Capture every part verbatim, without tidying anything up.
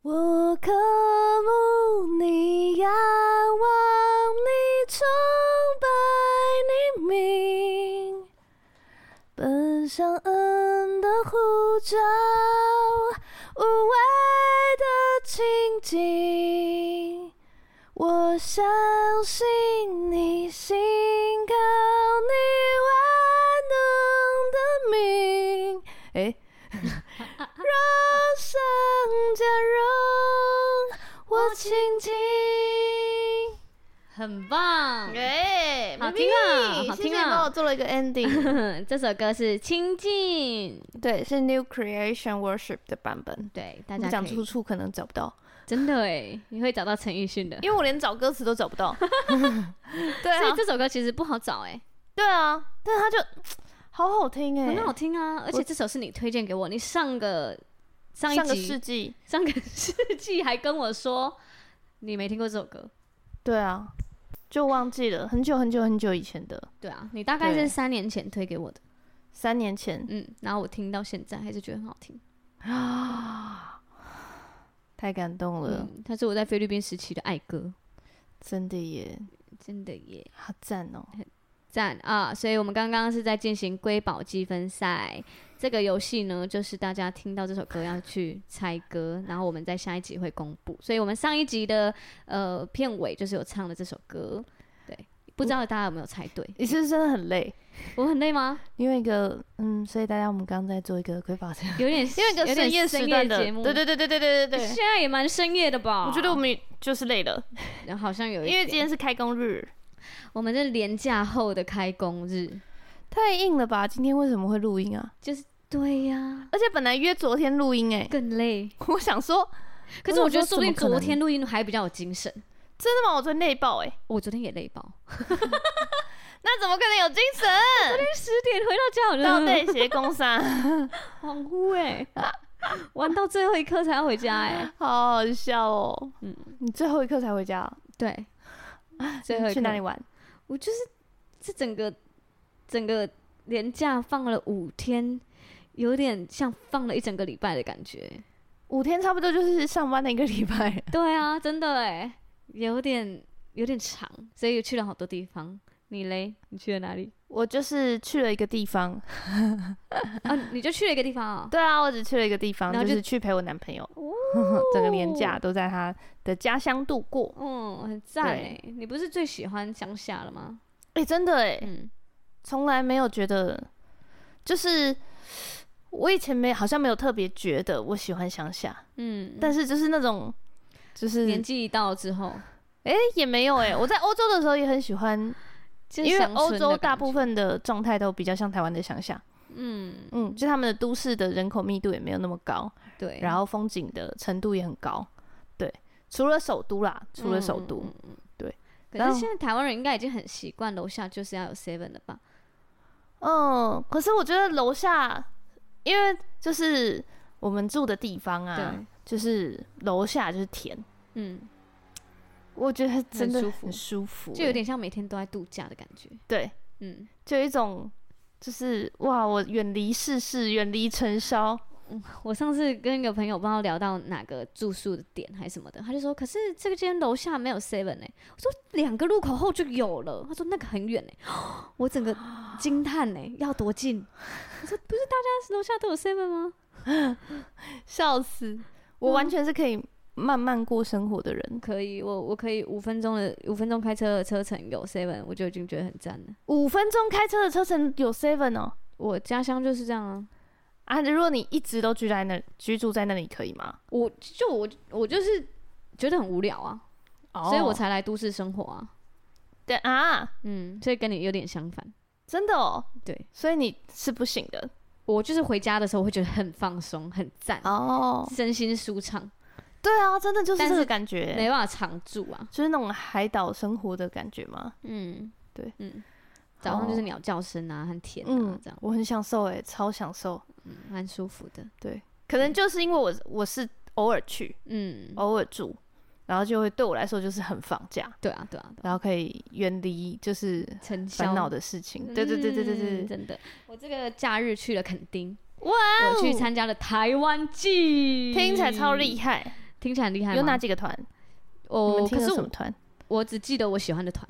我渴慕你，仰望你，崇拜你名，奔向恩的呼召，无畏的情景。我相信你，信靠你万能的名。欸让圣加容我亲近， 很棒， 哎、欸， 好听啊，好听啊！ 谢谢帮我做了一个 ending。 这首歌是《亲近》， 对，是 New Creation Worship 的版本。 对，大家讲出处可能找不到， 真的哎，你会找到陈奕迅的， 因为我连找歌词都找不到。对啊， 所以这首歌其实不好找哎。 对啊，但是它就好好听哎、欸， 很好听啊！而且这首是你推荐给我，你上个上一集上个世纪， 上个世纪还跟我说你没听过这首歌。 对啊，就忘记了，很久很久很久以前的。 对啊，你大概是三年前推给我的， 三年前， 嗯，然后我听到现在还是觉得很好听啊，太感动了。 嗯，它是我在菲律宾时期的爱歌， 真的耶， 真的耶， 好赞哦。 赞啊！所以我们刚刚是在进行瑰宝积分赛这个游戏呢，就是大家听到这首歌要去猜歌，然后我们在下一集会公布。所以我们上一集的呃片尾就是有唱的这首歌，对，不知道大家有没有猜对？ 你是不是真的很累？ 我很累吗？ 因为一个嗯，所以大家我们刚刚在做一个瑰宝， 有点因为一个深夜时段的节目， 对对对对对对对对， 现在也蛮深夜的吧？ 我觉得我们就是累了， 好像有一点， 因为今天是开工日。 我们这连假后的开工日， 太硬了吧？今天为什么会录音啊？ 就是对呀、啊， 而且本来约昨天录音哎、欸， 更累。 我想说， 可是我觉得说不定昨天录音还比较有精神。 真的吗？我昨天累爆哎、欸， 我昨天也累爆。 那怎么可能有精神？ 昨天十点回到家，我就到底斜攻上恍惚哎，玩到最后一刻才要回家哎、欸， 好好笑哦。嗯，你最后一刻才回家、喔？ 对。最后一刻去哪里玩？ 我就是这整个整个连假放了五天，有点像放了一整个礼拜的感觉。 五天差不多就是上班的一个礼拜。 对啊，真的哎，有点有点长，所以去了好多地方。你嘞？你去了哪里？ 我就是去了一个地方。 啊，你就去了一个地方啊、哦？ 对啊，我只去了一个地方， 就就是去陪我男朋友。哦、整个年假都在他的家乡度过。 嗯，很赞哎！你不是最喜欢乡下了吗？ 哎、欸，真的哎， 嗯， 从来没有觉得，就是我以前没好像没有特别觉得我喜欢乡下。嗯，但是就是那种，就是年纪一到之后， 哎、欸，也没有哎。我在欧洲的时候也很喜欢。因为欧洲大部分的状态都比较像台湾的乡下，嗯嗯，就他们的都市的人口密度也没有那么高，对，然后风景的程度也很高，对，除了首都啦，除了首都，嗯嗯、对。 可是现在台湾人应该已经很习惯楼下就是要有 seven 了吧？ 嗯，可是我觉得楼下，因为就是我们住的地方啊，就是楼下就是田，嗯。我觉得真的很舒服，很舒服， 就有点像每天都在度假的感觉。 对，嗯，就有一种就是哇，我远离世事，远离尘嚣。 嗯，我上次跟一个朋友不知道聊到哪个住宿的点还是什么的，他就说，可是这个间楼下没有 seven 哎，我说两个路口后就有了，他说那个很远哎，我整个惊叹哎，要多近？我说不是大家楼下都有 seven 吗？ 笑死，我完全是可以。慢慢过生活的人可以，我我可以五分钟的五分钟开车的车程有 seven， 我就已经觉得很赞了。 五分钟开车的车程有 seven 哦， 我家乡就是这样啊。 啊，如果你一直都居在那居住在那里，可以吗？ 我就我我就是觉得很无聊啊，哦、所以我才来都市生活啊。 对啊， 嗯，所以跟你有点相反。 真的哦， 对， 所以你是不行的。 我就是回家的时候会觉得很放松，很赞哦，身心舒畅。 对啊，真的就是这个感觉， 没办法常住啊， 就是那种海岛生活的感觉嘛。 嗯， 对， 嗯，早上就是鸟叫声啊，很甜啊， 嗯、 这样我很享受哎、欸，超享受， 嗯，蛮舒服的。 对，可能就是因为我我是偶尔去，嗯，偶尔住，然后就会对我来说就是很放假。 对啊，对啊， 然后可以远离就是烦恼的事情。对对对对对对， 真的。我这个假日去了垦丁， 哇， 我去参加了台湾季， 听起来超厉害。 听起来很厉害吗？ 有哪几个团？ 哦， 你们听了什么团？ 我只记得我喜欢的团。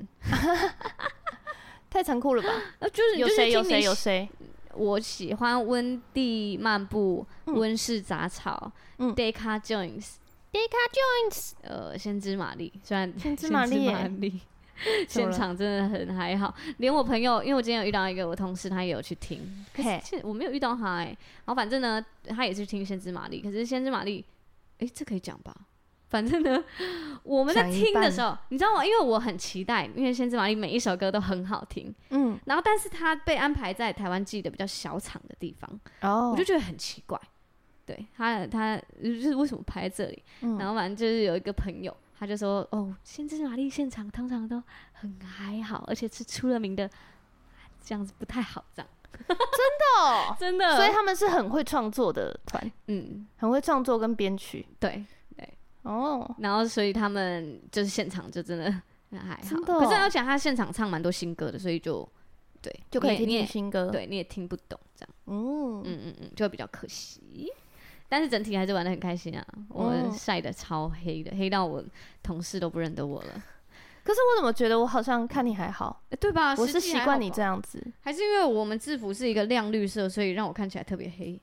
太残酷了吧？ 呃，就是有谁有谁有谁？ 我喜欢温蒂漫步、 嗯、 温室杂草、嗯、Deca Jones、Deca Jones， 呃，先知玛丽，虽然先知玛丽， 现场真的很还好，连我朋友，因为我今天有遇到一个我同事，他也有去听，可是我没有遇到他哎、欸，然后反正呢，他也是听先知玛丽，可是先知玛丽，哎、欸，这可以讲吧？反正呢，我们在听的时候，你知道吗？因为我很期待，因为先知玛丽每一首歌都很好听，嗯，然后但是他被安排在台湾记的比较小场的地方，哦，我就觉得很奇怪，对他，他就是为什么排在这里？嗯、然后反正就是有一个朋友，他就说，哦，先知玛丽现场通常都很还好，而且是出了名的，这样子不太好，这样。 真的、哦， 真的， 所以他们是很会创作的团，嗯，很会创作跟编曲， 对。哦，然后所以他们就是现场就真的还好， 哦、 可是而且他现场唱蛮多新歌的，所以就对就可以听听新歌， 对，你也听不懂这样，嗯嗯嗯嗯，就会比较可惜。但是整体还是玩得很开心啊，嗯、我晒得超黑的，黑到我同事都不认得我了。 可是我怎么觉得我好像看你还好， 欸、对吧？ 我是习惯你这样子， 还是因为我们制服是一个亮绿色，所以让我看起来特别黑。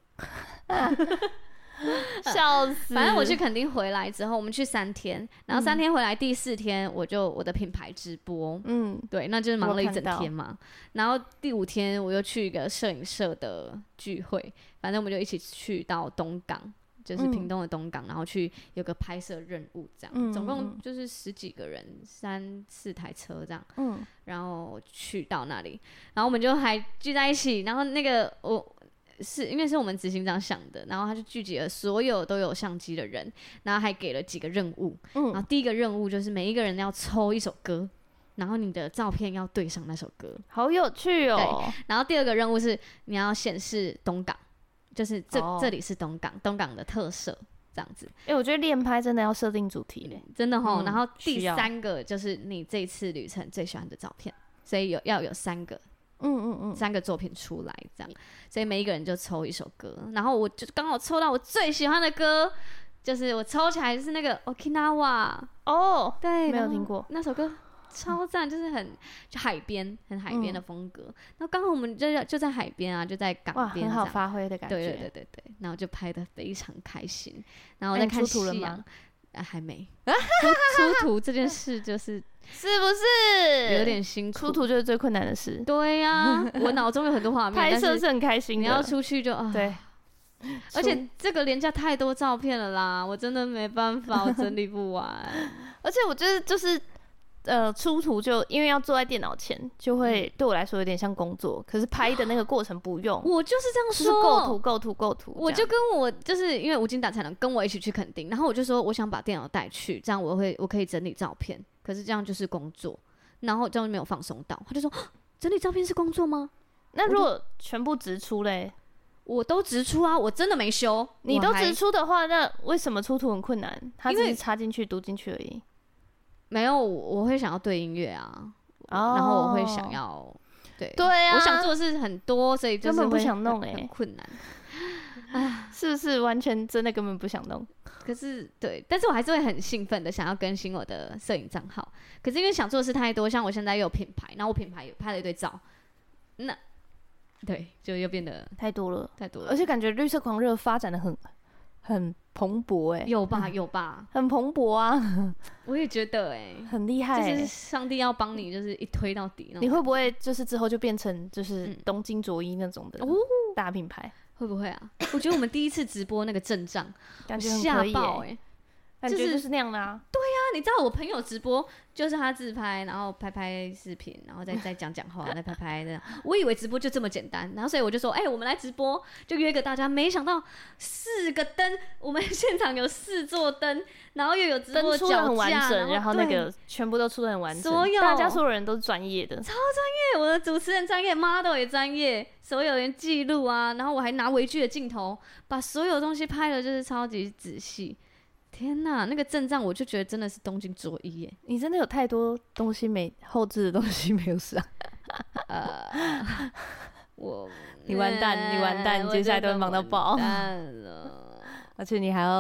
笑死！ 反正我去垦丁回来之后，我们去三天，然后三天回来第四天，我就我的品牌直播，嗯，对，那就是忙了一整天嘛。然后第五天我又去一个摄影社的聚会，反正我们就一起去到东港，就是屏东的东港，嗯、然后去有个拍摄任务，这样，嗯、总共就是十几个人，三四台车这样，嗯，然后去到那里，然后我们就还聚在一起，然后那个我。是因为是我们执行长想的，然后他就聚集了所有都有相机的人，然后还给了几个任务，嗯、然后第一个任务就是每一个人要抽一首歌，然后你的照片要对上那首歌， 好有趣哦。 对，然后第二个任务是你要显示东港，就是这、哦、这里是东港，东港的特色这样子。 哎、欸，我觉得练拍真的要设定主题嘞， 真的齁、嗯。然后第三个就是你这次旅程最喜欢的照片，所以有要有三个。嗯嗯嗯，三个作品出来这样，所以每一个人就抽一首歌，然后我就刚好抽到我最喜欢的歌，就是我抽起来就是那个 Okinawa 哦， 对， 没有听过那首歌，超赞，就是很就海边，很海边的风格。然后刚好我们就就在海边啊，就在港边， 很好发挥的感觉。 对对对对对，然后就拍得非常开心。然后我在看夕阳，啊还没出出图这件事就是。 是不是有点辛苦？ 出图就是最困难的事。 对呀、啊，我脑中有很多画面， 拍摄是很开心的。 你要出去就啊， 对。 而且这个连假太多照片了啦，我真的没办法，我整理不完。 而且我觉得就是呃，出图就因为要坐在电脑前，就会对我来说有点像工作。可是拍的那个过程不用， 我就是这样说， 就是构图、构图、构图。 我就跟我就是因为无精打采能跟我一起去垦丁，然后我就说我想把电脑带去，这样我会我可以整理照片。可是这样就是工作，然后这样就没有放松到。他就说：“整理照片是工作吗？” 那如果全部直出嘞？ 我都直出啊，我真的没修。 你都直出的话，那为什么出图很困难？它只是插进去、读进去而已。 没有，我会想要对音乐啊，哦、然后我会想要对对啊， 我想做的事很多，所以就是根本不想弄哎、欸， 很困难。 啊，是不是完全真的根本不想弄？ 可是对，但是我还是会很兴奋的想要更新我的摄影账号。可是因为想做的事太多，像我现在又有品牌，然后我品牌也拍了一堆照，那对就又变得太多了， 太多了。 而且感觉绿色狂热发展的很很蓬勃哎、欸， 有吧有吧， 很蓬勃啊。 我也觉得哎、欸， 很厉害、欸， 就是上帝要帮你，就是一推到底那种。 你会不会就是之后就变成就是东京着衣那种的大品牌？ 嗯会不会啊？我觉得我们第一次直播那个阵仗， 感觉很可以吓爆哎、欸， 感觉就是那样的啊。 对呀、啊，你知道我朋友直播就是他自拍，然后拍拍视频，然后再再讲讲话，再拍拍这样。我以为直播就这么简单，然后所以我就说，哎、欸，我们来直播，就约个大家。没想到四个灯，我们现场有四座灯，然后又有直播脚架， 很完整，然后那个全部都出得很完整， 所有大家所有人都是专业的， 超专业。我的主持人专业 ，model 也专业。所有人记录啊，然后我还拿微距的镜头，把所有东西拍的就是超级仔细。天哪，那个阵仗我就觉得真的是东京着衣耶！ 你真的有太多东西没后置的东西没有上。 呃，我你完蛋，你完蛋，接下来都会忙到爆。 完蛋了， 而且你还要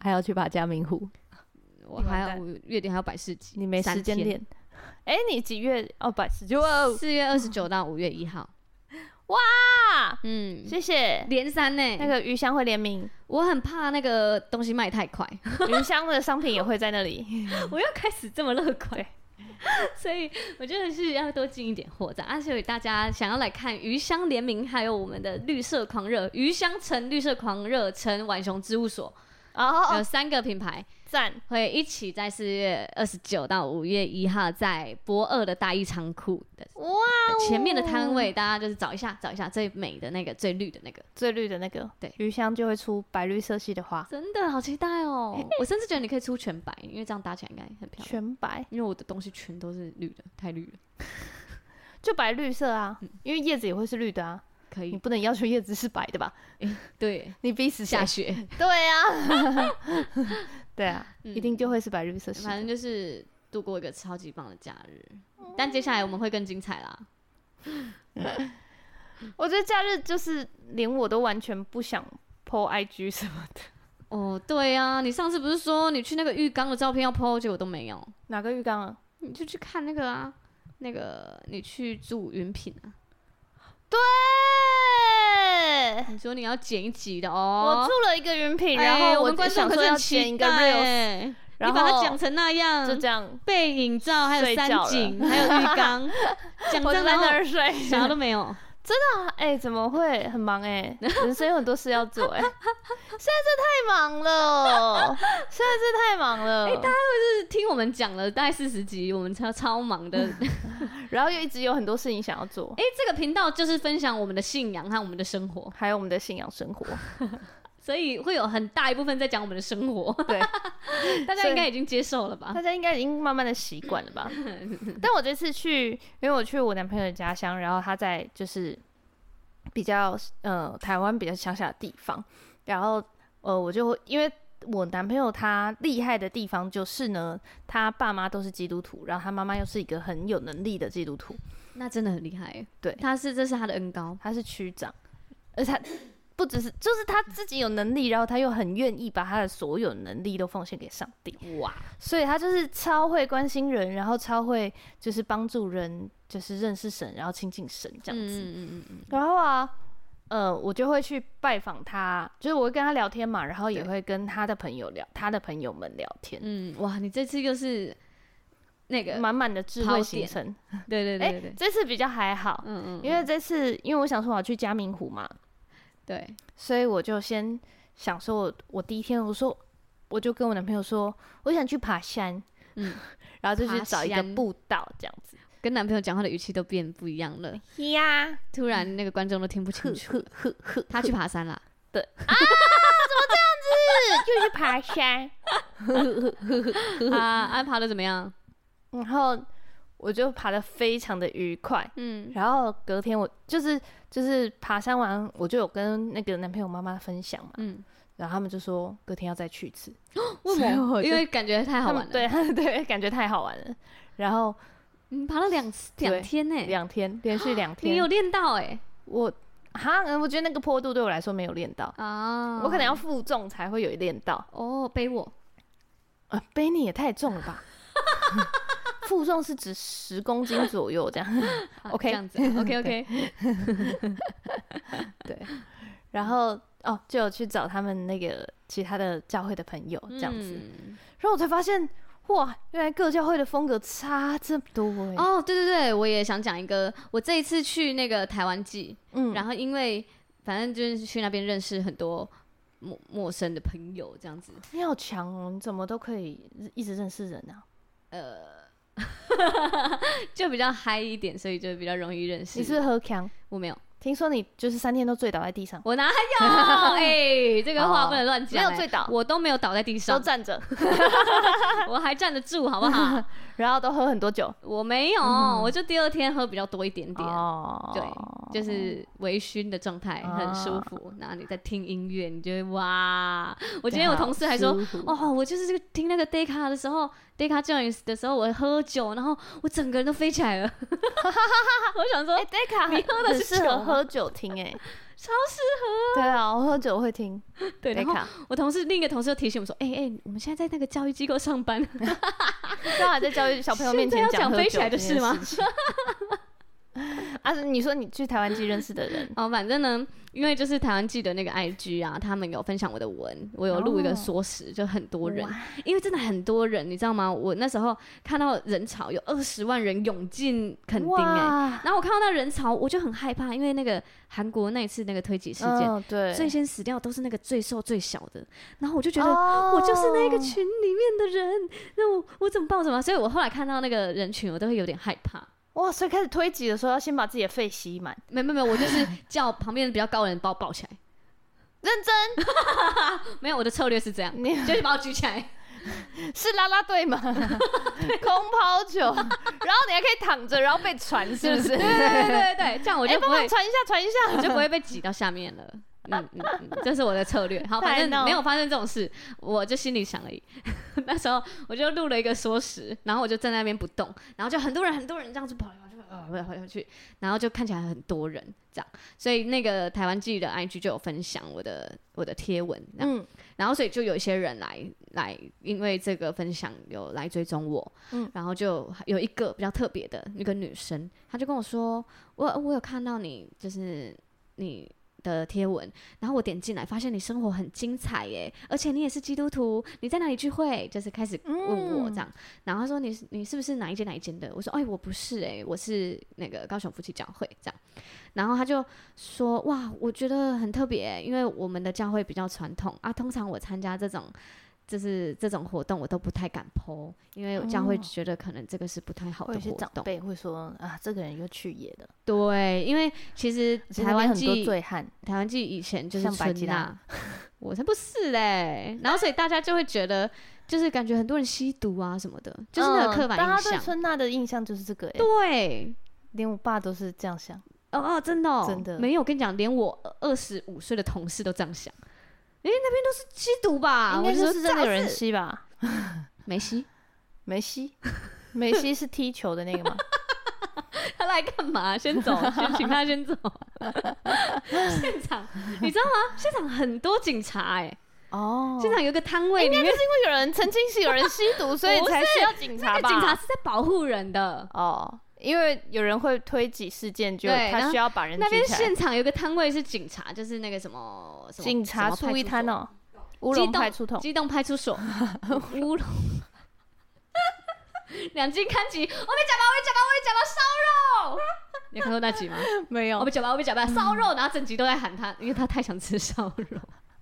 还要去爬嘉明湖。 我还要月底还要摆市集， 你没时间练。哎、欸，你几月哦摆市集？ 四月二十九到五月一号。 哇，嗯，谢谢。 连三呢， 那个鱼香会联名， 我很怕那个东西卖太快， 鱼香的商品也会在那里。 我又开始这么乐观，所以我觉得是要多进一点货的。而且大家想要来看鱼香联名，还有我们的绿色狂热鱼香城、绿色狂热城、浣熊织物所。哦，有三个品牌赞， 会一起在四月二十九到五月一号在博二的大义仓库的哇，前面的摊位，大家就是找一下，找一下最美的那个、最绿的那个、 最绿的那个，对，鱼香就会出白绿色系的花， 真的好期待哦！我甚至觉得你可以出全白，因为这样搭起来应该很漂亮。 全白，因为我的东西全都是绿的，太绿了， 就白绿色啊，嗯、因为叶子也会是绿的啊。 可以， 你不能要求叶子是白的吧？ 欸、对， 你逼死下雪。 对啊，对啊、嗯，一定就会是白绿色。 反正就是度过一个超级棒的假日，嗯、但接下来我们会更精彩啦。 我觉得假日就是连我都完全不想 po I G 什么的。 哦，对啊，你上次不是说你去那个浴缸的照片要 po， 结果都没有。 哪个浴缸啊？ 你就去看那个啊，那个你去住云品啊。 对， 你说你要剪一集的哦。 我住了一个云品，然后我想说要剪一个 reels， 你把它讲成那样， 就这样， 背影照，还有山景，还有浴缸，讲在那儿睡，啥都没有。 真的哎、欸，怎么会很忙哎、欸？人生有很多事要做哎、欸，现在这太忙了，现在这太忙了。 哎、欸，大家会是听我们讲了大概四十集，我们超超忙的， 然后又一直有很多事情想要做。 哎、欸，这个频道就是分享我们的信仰和我们的生活， 还有我们的信仰生活， 所以会有很大一部分在讲我们的生活。对，大家应该已经接受了吧？ 大家应该已经慢慢的习惯了吧？但我这次去，因为我去我男朋友的家乡，然后他在就是比较呃台湾比较乡下的地方，然后呃我就因为我男朋友他厉害的地方就是呢，他爸妈都是基督徒，然后他妈妈又是一个很有能力的基督徒， 那真的很厉害。 对， 他是这是他的恩膏， 他是区长，而且他。不只是，就是他自己有能力，然后他又很愿意把他的所有能力都奉献给上帝，哇！所以他就是超会关心人，然后超会就是帮助人，就是认识神，然后亲近神这样子。嗯嗯嗯嗯。然后啊，呃，我就会去拜访他，就是我会跟他聊天嘛，然后也会跟他的朋友聊，他的朋友们聊天。 嗯，哇！你这次又是那个满满的智慧行程。 对对对对对、欸， 这次比较还好，嗯 嗯, 嗯，因为这次因为我想说我要去嘉明湖嘛。 对， 所以我就先想说我，我我第一天我说，我就跟我男朋友说，我想去爬山，嗯，然后就去找一个步道这样子。 跟男朋友讲话的语气都变不一样了呀， 突然那个观众都听不清楚。他去爬山啦， 对啊，怎么这样子？就去爬山， 啊，啊，爬得怎么样？ 然后我就爬得非常的愉快，嗯，然后隔天我就是就是爬山完，我就有跟那个男朋友妈妈分享嘛，嗯，然后他们就说隔天要再去一次， 为什么？因为感觉太好玩了， 对对，感觉太好玩了。然后你爬了两两天呢、欸， 两天连续两天， 你有练到哎、欸？ 我哈，我觉得那个坡度对我来说没有练到啊，我可能要负重才会有练到。 哦，背我， 呃，背你也太重了吧？负重是指十公斤左右这样，OK， 这样子 ，OK OK， 对，然后哦，就有去找他们那个其他的教会的朋友这样子，嗯、然后我才发现，哇，原来各教会的风格差这么多哎。 哦，对对对，我也想讲一个，我这一次去那个台湾季，嗯，然后因为反正就是去那边认识很多陌陌生的朋友这样子。 你好强哦，你怎么都可以一直认识人啊？ 呃。就比较嗨一点，所以就比较容易认识。 你是不是喝强？ 我没有， 听说你就是三天都醉倒在地上。 我哪有？哎、欸，这个话不能乱讲、欸。 没有醉倒， 我都没有倒在地上， 都站着， 我还站得住，好不好？ 然后都喝很多酒。 我没有，嗯、我就第二天喝比较多一点点。哦，对，就是微醺的状态，很舒服。哦、然后你在听音乐，你就会哇！我今天有同事还说，哦，我就是这个听那个 Decca 的时候。Decca Jones 的时候，我喝酒，然后我整个人都飞起来了。我想说， 哎、欸、，Decca 你喝的是适合喝酒听哎、欸， 超适合。 对啊，我喝酒会听。 对，然后我同事另一个同事就提醒我说：“哎、欸、哎、欸，我们现在在那个教育机构上班， 刚好在教育小朋友面前讲飞起来的事吗？” 啊，你说你去台湾记认识的人哦，反正呢，因为就是台湾记的那个 I G 啊，他们有分享我的文，我有录一个缩时，就很多人，因为真的很多人，你知道吗？我那时候看到人潮有二十万人涌进垦丁哎，然后我看到那人潮，我就很害怕，因为那个韩国那一次那个推挤事件，哦、 对， 最先死掉都是那个最瘦最小的，然后我就觉得、哦、我就是那个群里面的人，那我我怎么办？怎么办？所以我后来看到那个人群，我都会有点害怕。 哇，所以开始推挤的时候要先把自己的肺吸满。 没没没，我就是叫旁边比较高的人把我抱起来。 认真？ 没有，我的策略是这样，就是把我举起来。 是啦啦队吗？空抛球，然后你还可以躺着，然后被传，是不是？ 对对对对对，这样我就不会、 欸、传一下，传一下， 我就不会被挤到下面了。嗯嗯嗯，这是我的策略。好，反正没有发生这种事，我就心里想而已。那时候我就录了一个缩时，然后我就站在那边不动，然后就很多人很多人这样子跑来跑去，呃，跑来跑去，然后就看起来很多人这样。所以那个台湾记的 I G 就有分享我的我的贴文，嗯，然后所以就有一些人来来，因为这个分享有来追踪我，嗯，然后就有一个比较特别的一个女生，她就跟我说，我我有看到你，就是你的贴文，然后我点进来发现你生活很精彩耶，而且你也是基督徒，你在哪里聚会？就是开始问我这样，嗯、然后他说你你是不是哪一间哪一间的？我说哎我不是哎，我是那个高雄夫妻教会这样，然后他就说哇我觉得很特别，因为我们的教会比较传统啊，通常我参加这种。就是这种活动我都不太敢 po， 因为教会觉得可能这个是不太好的活动。有些长辈会说啊，这个人又去野了。 对，因为其实台湾记很多醉汉， 台湾记以前就是春娜，我才不是嘞。然后所以大家就会觉得，就是感觉很多人吸毒啊什么的，就是那个刻板印象。 大家对春娜的印象就是这个， 对， 连我爸都是这样想。 哦哦，真的、哦， 真的没有。我跟你讲，连我二十五岁的同事都这样想。哎、欸，那边都是吸毒吧？ 应该就是真的有人吸吧？ 没吸， 没吸，没吸是踢球的那个吗？ 他来干嘛？先走，先请他先走。现场，你知道吗？现场很多警察哎、欸。哦，现场有一个摊位， 应该就是因为有人曾经是有人吸毒，所以才需要警察吧？ 那个警察是在保护人的哦。因为有人会推挤事件，就他需要把人举起来。 那边现场有个摊位是警察，就是那个什么什么警察出一摊哦，乌龙派出所， 机动派出所，乌龙。两斤看集，我被假包，我被假包，我被假包烧肉。你有看过那集吗？ 没有。 我被假包，我被假包烧肉，然后整集都在喊他，因为他太想吃烧肉。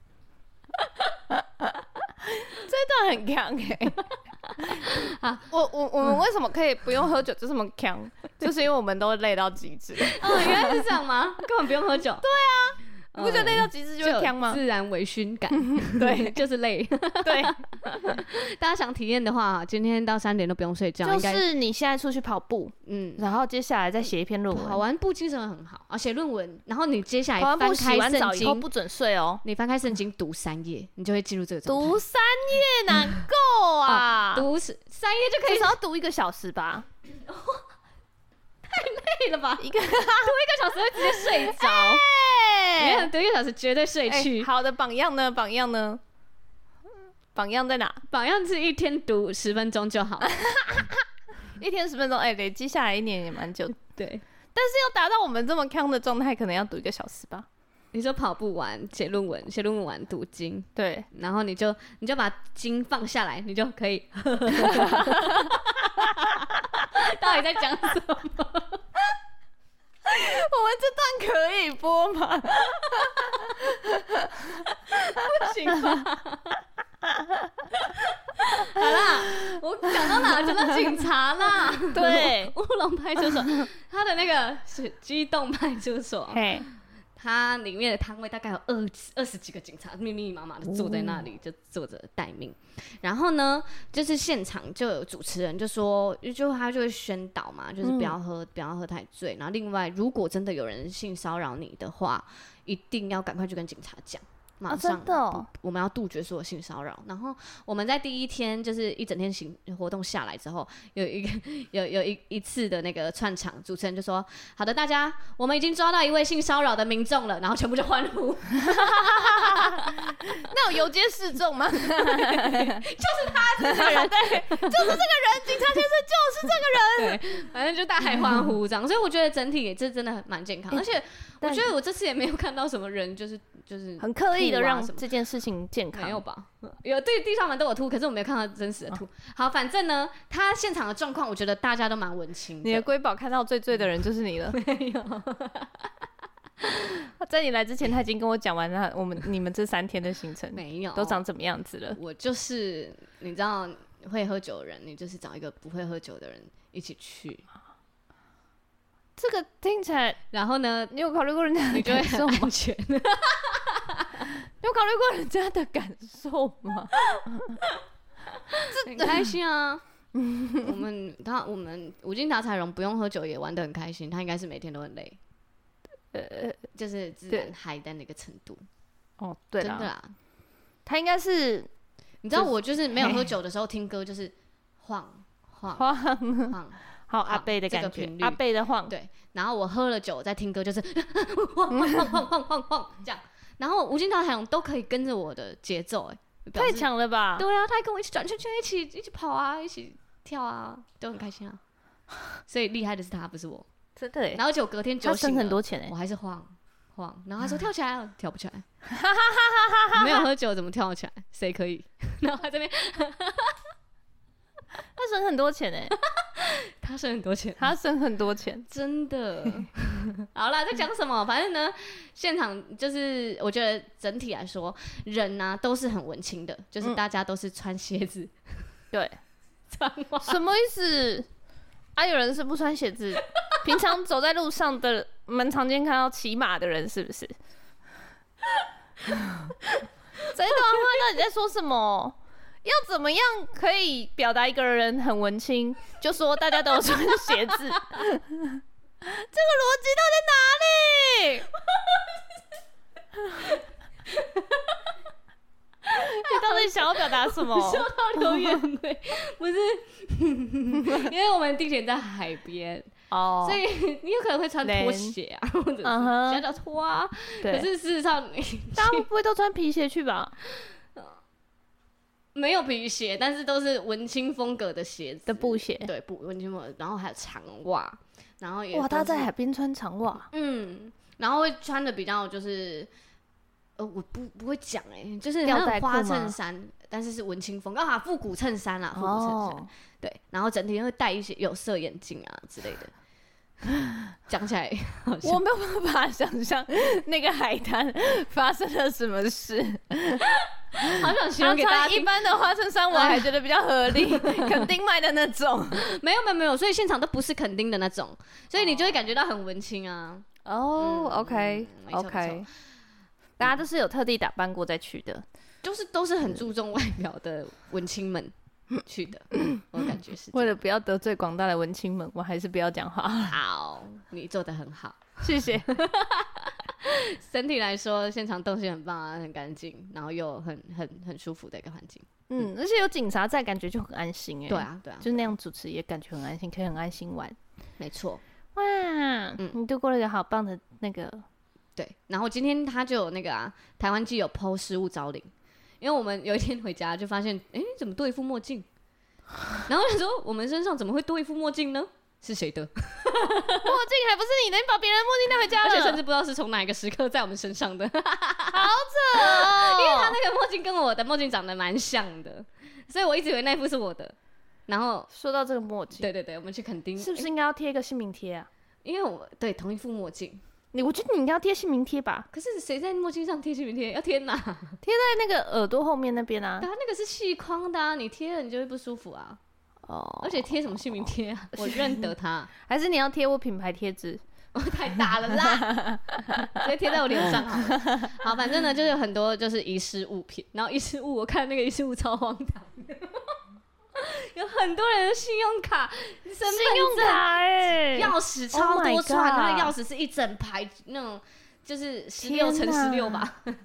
这段很强哎、欸。啊，我我我们为什么可以不用喝酒就这么强？就是因为我们都累到极致。 哦，原来是这样吗？根本不用喝酒。 对啊，你不觉得累到极致就会强吗？ 自然微醺感， 对， 就是累。 对， 大家想体验的话，今天到三点都不用睡觉。 就是你现在出去跑步，嗯，然后接下来再写一篇论文。 跑完步精神很好啊，写论文，然后你接下来翻开圣经， 不准睡哦。 你翻开圣经读三页，你就会进入这个状态。 读三页哪够啊？ 读三页就可以， 至少要读一个小时吧。 太累了吧！一个读一个小时会直接睡着，没有读一个小时绝对睡去。 欸、好的榜样呢？榜样呢？榜样在哪？ 榜样是一天读十分钟就好， 一天十分钟，哎、欸，累积下来一年也蛮久。 对， 但是要达到我们这么康的状态，可能要读一个小时吧。 你说跑步完写论文，写论文完读经， 对， 然后你就你就把经放下来，你就可以。到底在讲什么？ 我们这段可以播吗？ 不行吧？好啦，我讲到哪？讲到警察啦。 对， 乌龙派出所，他的那个是机动派出所。嘿。它里面的摊位大概有二二十几个警察，密密麻麻的坐在那里，就坐着待命。然后呢，就是现场就有主持人就说，就他就会宣导嘛，就是不要喝，嗯、不要喝太醉。然后另外，如果真的有人性骚扰你的话，一定要赶快去跟警察讲。 马上、 啊、真的哦、 我们要杜绝所有性骚扰。然后我们在第一天就是一整天行活动下来之后，有一个有有一一次的那个串场，主持人就说：“好的，大家，我们已经抓到一位性骚扰的民众了。”然后全部就欢呼。 那有游街示众吗？就是他这个人， 对，就是这个人，警察先生就是这个人。 对，反正就大海欢呼这样。所以我觉得整体这真的蛮健康，而且我觉得我这次也没有看到什么人就是就是很刻意的让这件事情健康， 没有吧？有地地上们都有吐，可是我没有看到真实的吐。哦、好，反正呢，他现场的状况，我觉得大家都蛮文青的。 你的瑰宝看到最醉的人就是你了。 没有。 在你来之前，他已经跟我讲完了我们你们这三天的行程， 没有都长怎么样子了。 我就是你知道会喝酒的人，你就是找一个不会喝酒的人一起去。 这个听起来， 然后呢， 你有考虑过人家的感受吗？ 你就会很安全。 你有考虑过人家的感受吗？ 很开心啊。我们他我们无尽达彩荣不用喝酒也玩得很开心，他应该是每天都很累。呃，就是自然嗨的那个程度。 哦，对啦， 真的啦， 他应该是， 你知道我就是没有喝酒的时候听歌就是晃晃晃晃， 好阿贝的感觉，这个、阿贝的晃。 对，然后我喝了酒在听歌就是晃晃晃晃晃晃晃这样，然后无尽达彩荣都可以跟着我的节奏，哎， 太强了吧？ 对啊，他还跟我一起转圈圈，一起一起跑啊，一起跳啊，都很开心啊。所以厉害的是他，不是我。 真的耶， 然后就隔天酒醒了， 他省很多钱， 我还是晃晃，然后他说跳起来了，跳不起来，没有喝酒怎么跳起来？谁可以？然后他这边， 他省很多钱哎， 他省很多钱， 他省很多钱， 真的。好啦，在讲什么？反正呢，现场就是我觉得整体来说，人呢、啊、都是很文青的，就是大家都是穿鞋子， 嗯、对， 穿袜， 什么意思？啊，有人是不穿鞋子，平常走在路上的，蛮常见看到骑马的人，是不是？这一段话到底在说什么？要怎么样可以表达一个人很文青？就说大家都有穿鞋子，这个逻辑到底在哪里？你到底想要表达什么？ 收到留言会不是，因为我们地点在海边哦， oh, 所以你有可能会穿拖鞋啊，或者是夹脚拖啊。可是事实上， 大家会不会都穿皮鞋去吧？ 没有皮鞋，但是都是文青风格的鞋子的布鞋， 对，布文青风格，然后还有长袜，然后也哇，他在海边穿长袜， 嗯，然后会穿的比较就是。呃，我不不会讲哎、欸，就是那种花衬衫，但是是文青风，啊，复古衬衫啦，复古衬衫，哦、对，然后整体会戴一些有色眼镜啊之类的。讲起来， 我没有办法想象那个海滩发生了什么事。 好想形容给大家听。 一般的花衬衫我还觉得比较合理，垦丁卖的那种。 没有没有没有，所以现场都不是垦丁的那种，所以你就会感觉到很文青啊。 哦、嗯、，OK OK。大家都是有特地打扮过再去的， 就是都是很注重外表的文青们去的，我感觉是。 为了不要得罪广大的文青们，我还是不要讲话。 好，你做得很好， 谢谢。 整体来说，现场东西很棒啊，很干净，然后又很很很舒服的一个环境。 嗯，而且有警察在，感觉就很安心哎。 对啊，对啊， 就那样主持也感觉很安心，可以很安心玩。 没错。 哇，嗯，你度过了一个好棒的那个。 对，然后今天他就有那个啊，台湾记有 po 失物招领，因为我们有一天回家就发现，哎，怎么多一副墨镜？然后就说我们身上怎么会多一副墨镜呢？是谁的？墨镜还不是你的，你把别人的墨镜带回家了， 而且甚至不知道是从哪一个时刻在我们身上的， 好扯哦！ 因为他那个墨镜跟我的墨镜长得蛮像的，所以我一直以为那副是我的。然后说到这个墨镜， 对对对，我们去垦丁， 是不是应该要贴一个姓名贴啊？ 因为我对同一副墨镜。 你我觉得你应该要贴姓名贴吧？ 可是谁在墨镜上贴姓名贴？要贴哪？ 贴在那个耳朵后面那边啊。 对啊，那个是细框的啊，你贴了你就会不舒服啊。哦。而且贴什么姓名贴啊？我认得它。 还是你要贴我品牌贴纸？ 哦，太大了啦！直接贴在我脸上好了。好，反正呢，就是有很多就是遗失物品，然后遗失物，我看那个遗失物超荒唐的。有很多人的信用卡、身份证、 信用卡哎、 钥匙超多串，那个钥匙是一整排那种，就是十六乘十六吧。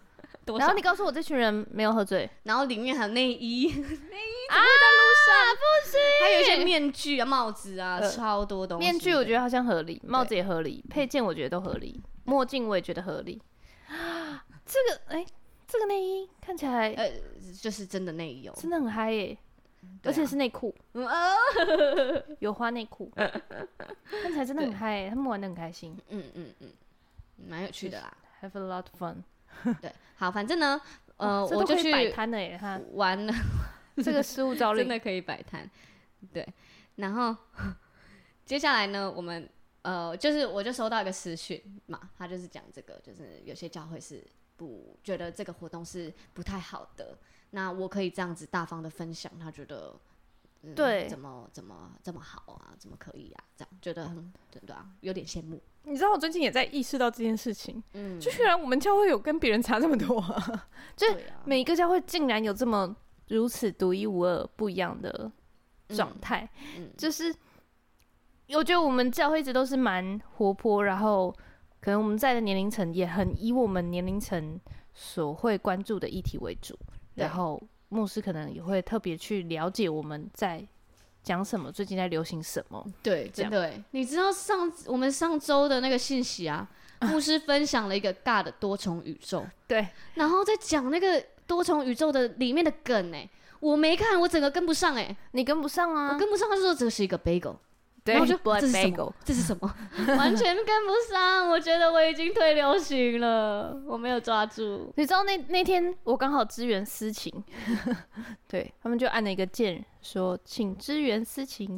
然后你告诉我这群人没有喝醉， 然后里面还有内衣，内衣怎么会在路上？ 啊、不行， 还有一些面具啊、帽子啊，呃、超多东西。 面具我觉得好像合理，帽子也合理，配件我觉得都合理，墨镜我也觉得合理。这个哎、欸，这个内衣看起来呃，就是真的内衣哦， 真的很嗨耶、欸，而且是内裤，啊、有花内裤，看起来真的很嗨、欸，他们玩得很开心。 嗯嗯嗯，蛮有趣的啦 ，Have a lot of fun。 对，好，反正呢，呃，我就去摆摊了耶，哈， 玩了， 这个失物招领真的可以摆摊。对，然后接下来呢，我们呃，就是我就收到一个私讯嘛，他就是讲这个，就是有些教会是不觉得这个活动是不太好的，那我可以这样子大方的分享，他觉得。嗯、 对， 怎么怎么这么好啊？怎么可以啊？这样觉得很对对啊，有点羡慕。 你知道我最近也在意识到这件事情，嗯，就原来我们教会有跟别人差这么多、啊，就是每一个教会竟然有这么如此独一无二、不一样的状态、嗯嗯，就是我觉得我们教会一直都是蛮活泼，然后可能我们在的年龄层也很以我们年龄层所会关注的议题为主，然后。牧师可能也会特别去了解我们在讲什么，最近在流行什么。 对，真的耶。你知道上我们上周的那个信息啊，牧师分享了一个 God 的多重宇宙， 对， 然后在讲那个多重宇宙的里面的梗，哎，我没看，我整个跟不上，哎， 你跟不上啊， 我跟不上，他就说这是一个 bagel。然后就这是什么？这是什么？完全跟不上。我觉得我已经退流行了，我没有抓住。 你知道那那天我刚好支援私情，对他们就按了一个键说请支援私情，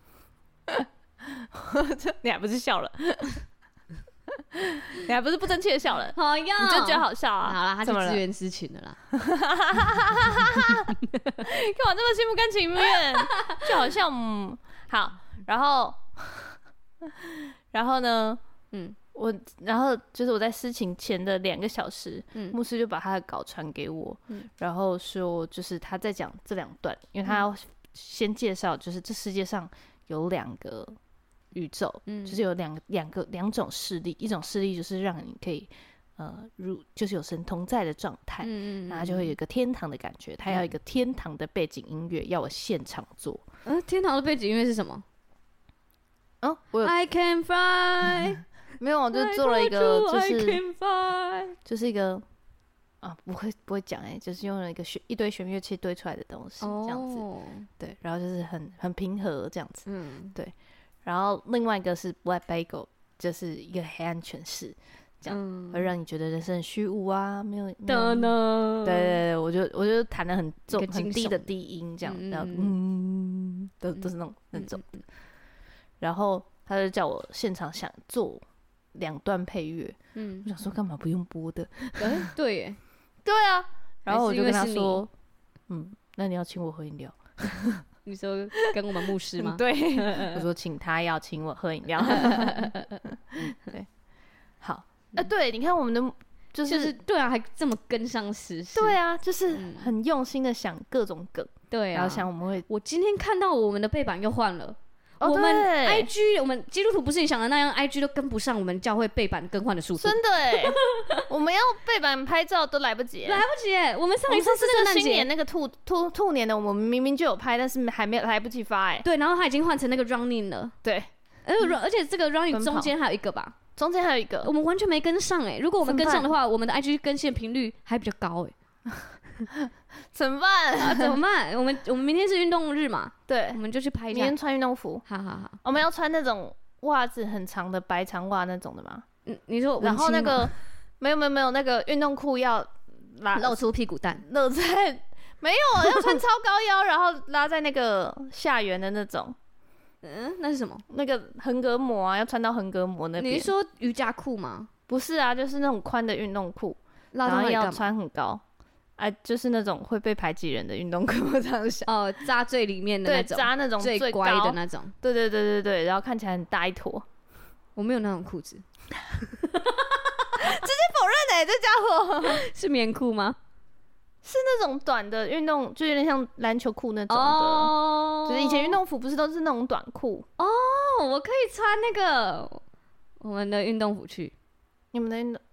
你还不是笑了？你还不是不争气的笑了？ 好呀， 你就觉得好笑啊？ 好啦，他去支援私情的啦。干嘛这么心不甘情愿？就好像嗯，好。然后，然后呢？嗯，我然后就是我在事情前的两个小时，嗯，牧师就把他的稿传给我，嗯，然后说就是他在讲这两段，因为他要先介绍，就是这世界上有两个宇宙，嗯，就是有两两个两种势力，一种势力就是让你可以呃如就是有神同在的状态，嗯嗯，然后就会有一个天堂的感觉，他要一个天堂的背景音乐，要我现场做， 嗯，天堂的背景音乐是什么？ 哦，我有 I can fly， 没有，我就做了一个，就是就是一个啊，不会不会讲哎、欸，就是用了一个弦一堆弦乐器堆出来的东西，这样子，对，然后就是很很平和这样子，嗯，对，然后另外一个是 Black Bagel， 就是一个黑暗诠释，这样、嗯、会让你觉得人生很虚无啊，没有，没有对对对，我就我就弹得很重很低的低音这样，嗯然后嗯，都都是那种那种。嗯然后他就叫我现场想做两段配乐，嗯，我想说干嘛不用播的？ 欸、对耶， 对啊。然后我就跟他说，嗯，那你要请我喝饮料？ 你说跟我们牧师吗？ 对，我说请他要请我喝饮料。对，好，呃，对，你看我们的就是、 就是、对啊，还这么跟上时事， 对啊，就是很用心的想各种梗， 对啊， 然后想我们会， 我今天看到我们的背板又换了。哦、我们 I G 我们基督徒不是你想的那样 I G 都跟不上我们教会背板更换的速度， 真的哎，我们要背板拍照都来不及， 来不及哎，我们上一次是那个新年那个兔兔兔年的，我们明明就有拍，但是还没有来不及发哎， 对，然后他已经换成那个 running 了， 对， 而而且这个 running 中间还有一个吧， 中间还有一个， 我们完全没跟上哎，如果我们跟上的话，我们的 I G 更新频率还比较高哎。 怎么办、 啊？怎么办？我们我们明天是运动日嘛？ 对， 我们就去拍一下。 明天穿运动服。 好好好， 我们要穿那种袜子很长的白长袜那种的吗？ 嗯，你说， 然后那个没有没有没有那个运动裤要拉露出屁股蛋， 露在没有要穿超高腰，然后拉在那个下缘的那种。 嗯，那是什么？ 那个横膈膜啊，要穿到横膈膜那边。 你是说瑜伽裤吗？ 不是啊，就是那种宽的运动裤，然后要穿很高。啊，就是那种会被排挤人的运动裤，我这样想。 哦，扎最里面的那种， 对，扎那种最乖的那种。 对对对对对，然后看起来很大一坨。 我没有那种裤子。直接否认哎、欸，这家伙是棉裤吗？ 是那种短的运动，就有点像篮球裤那种的。哦。就是以前运动服不是都是那种短裤？ 哦，我可以穿那个我们的运动服去。 你们的运动？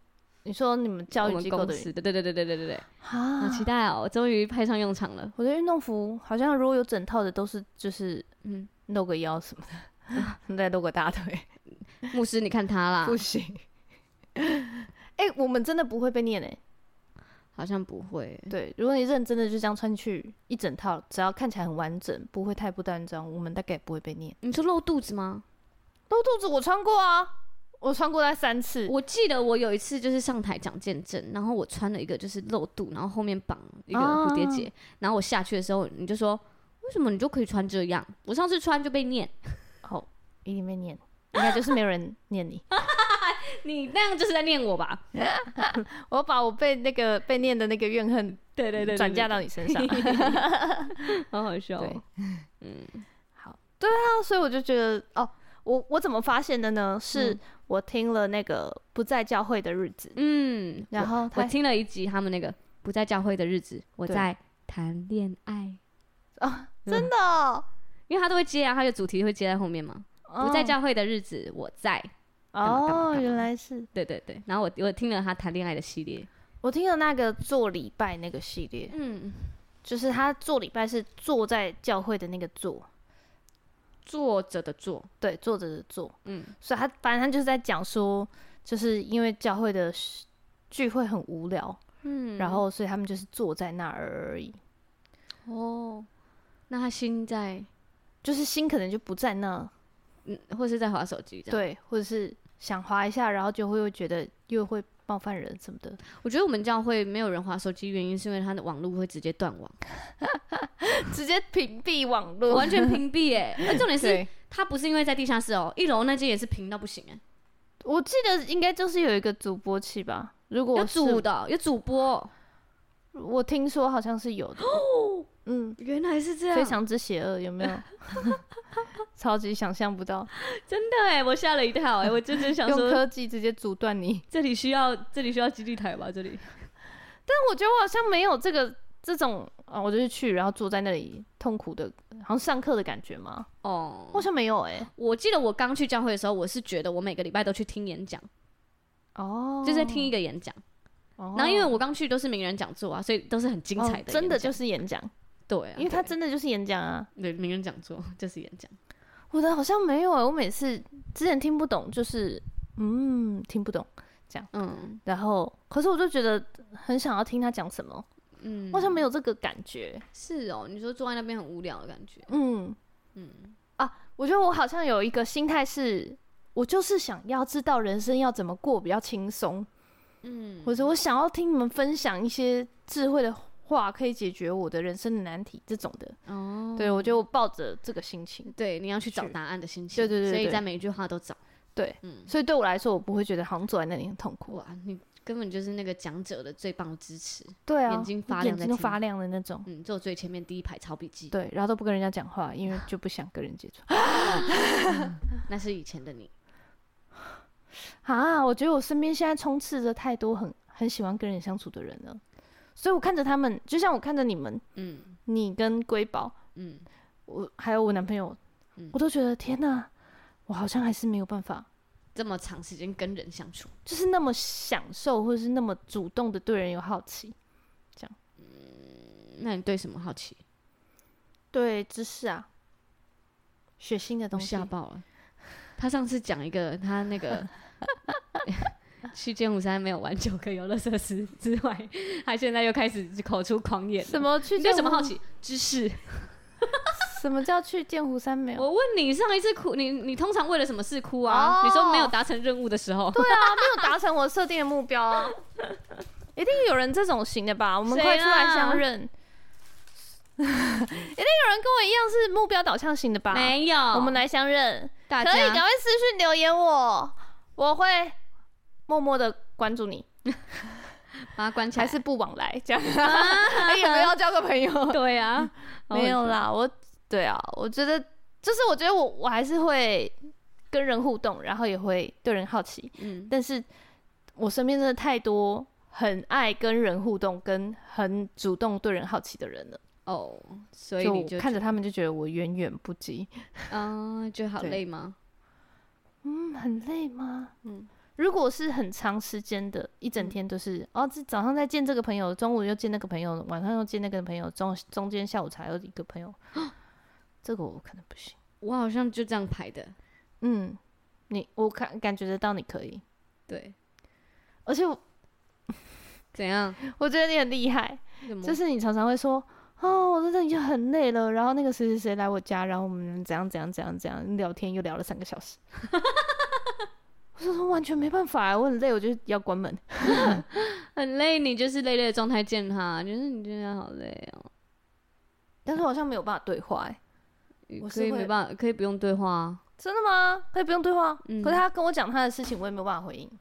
你说你们教育机构的， 对对对对对对对对，好期待哦，终于派上用场了。 我的运动服好像如果有整套的都是就是嗯露个腰什么的，再露个大腿。 牧师，你看他啦， 不行。哎、欸，我们真的不会被念哎、欸。 好像不会， 对，如果你认真的就这样穿去一整套，只要看起来很完整，不会太不端庄，我们大概也不会被念。 你说露肚子吗？ 露肚子我穿过啊，我穿过大概三次。 我记得我有一次就是上台讲见证，然后我穿了一个就是露肚，然后后面绑一个蝴蝶结、啊，然后我下去的时候，你就说为什么你就可以穿这样？我上次穿就被念， 哦，一定被念，应该就是没有人念你。 你那样就是在念我吧？ 我把我被那个被念的那个怨恨，对对对，转嫁到你身上， 好好笑、哦。 嗯，好，对啊，所以我就觉得，哦，我我怎么发现的呢？是我听了那个不在教会的日子，嗯，然后我, 我听了一集他们那个不在教会的日子，我在谈恋爱啊，真的、哦嗯， 因为他都会接啊，他的主题会接在后面嘛。哦、不在教会的日子，我在。 哦，原来是， 对对对，然后我我听了他谈恋爱的系列， 我听了那个做礼拜那个系列，嗯，就是他做礼拜是坐在教会的那个坐， 坐着的坐， 对，坐着的坐，嗯，所以他反正他就是在讲说，就是因为教会的聚会很无聊，嗯，然后所以他们就是坐在那儿而已。 哦，那他心在， 就是心可能就不在那， 嗯，或是在滑手机这样， 对，或者是想滑一下，然后就会觉得又会冒犯人什么的。 我觉得我们教会没有人滑手机，原因是因为他的网络会直接断网， 直接屏蔽网络， 完全屏蔽哎、欸。重点是他不是因为在地下室哦、喔，一楼那间也是屏到不行哎、欸。 我记得应该就是有一个主播器吧，如果有主的有主播， 我听说好像是有的。嗯， 原来是这样， 非常之邪恶，有没有？超级想象不到， 真的哎，我吓了一跳哎，我真的想说用科技直接阻断你， 这里需要这里需要基地台吧？这里， 但我觉得我好像没有这个这种啊，我就是去然后坐在那里痛苦的，好像上课的感觉吗？哦，好像没有哎。 我记得我刚去教会的时候，我是觉得我每个礼拜都去听演讲，哦，就是在听一个演讲。哦、然后因为我刚去都是名人讲座啊，所以都是很精彩的、哦， 真的就是演讲。对、啊，因为他真的就是演讲啊。 对，名人讲座就是演讲。 我的好像没有哎、欸，我每次之前听不懂，就是嗯听不懂这样，嗯，然后可是我就觉得很想要听他讲什么，嗯，我好像没有这个感觉。 是哦，你说坐在那边很无聊的感觉， 嗯嗯啊，我觉得我好像有一个心态是，我就是想要知道人生要怎么过比较轻松，嗯，或者我想要听你们分享一些智慧的话可以解决我的人生的难题这种的哦，对，我就抱着这个心情， 对，你要去找答案的心情， 对对 对, 对， 所以在每一句话都找， 对，嗯，所以对我来说，我不会觉得好像坐在那里很痛苦。 哇，你根本就是那个讲者的最棒的支持， 对啊， 眼睛发亮， 眼睛都发亮的那种， 嗯，坐最前面第一排抄笔记， 对，然后都不跟人家讲话，因为就不想跟人接触。 嗯、那是以前的你啊，我觉得我身边现在充斥着太多很很喜欢跟人相处的人了。所以我看着他们，就像我看着你们，嗯，你跟瑰宝，嗯，我还有我男朋友，嗯，我都觉得天哪，我好像还是没有办法这么长时间跟人相处， 就是那么享受，或者是那么主动的对人有好奇，这样。 嗯，那你对什么好奇？ 对知识啊，学新的东西。 吓爆了！他上次讲一个，他那个。去剑湖山没有玩九个游乐设施之外，他现在又开始口出狂言了。 什么去？ 你对什么好奇？知识。 什么叫去剑湖山没有？ 我问你，上一次哭，你你通常为了什么事哭啊？ Oh, 你说没有达成任务的时候。 对啊，没有达成我设定的目标啊。一定有人这种型的吧？我们快出来相认。一定有人跟我一样是目标导向型的吧？ 没有， 我们来相认。 大家可以赶快私讯留言我，我会默默的关注你， 把它关起来， 还是不往来这样？哎，有没有要交个朋友？ 对啊， 没有啦，我对啊，我觉得就是我觉得我我还是会跟人互动，然后也会对人好奇，嗯，但是我身边真的太多很爱跟人互动、跟很主动对人好奇的人了。哦，所以你就看着他们就觉得我远远不及。 嗯，觉得好累吗？ 嗯，很累吗？嗯， 如果是很长时间的，一整天都是、嗯、哦，这早上再见这个朋友，中午又见那个朋友，晚上又见那个朋友，中中间下午茶又一个朋友，这个我可能不行。 我好像就这样排的。 嗯，你我感感觉得到你可以。 对， 而且我怎样？ 我觉得你很厉害，就是你常常会说。哦，我真的已经很累了，然后那个谁谁谁来我家，然后我们怎样怎样怎样怎样聊天，又聊了三个小时。我说完全没办法，我很累，我就要关门。 很累，你就是累累的状态见他，就是你真的好累哦。 但是我好像没有办法对话，哎， 我可以没办法，可以不用对话啊。 真的吗？可以不用对话？嗯。可是他跟我讲他的事情，我也没有办法回应。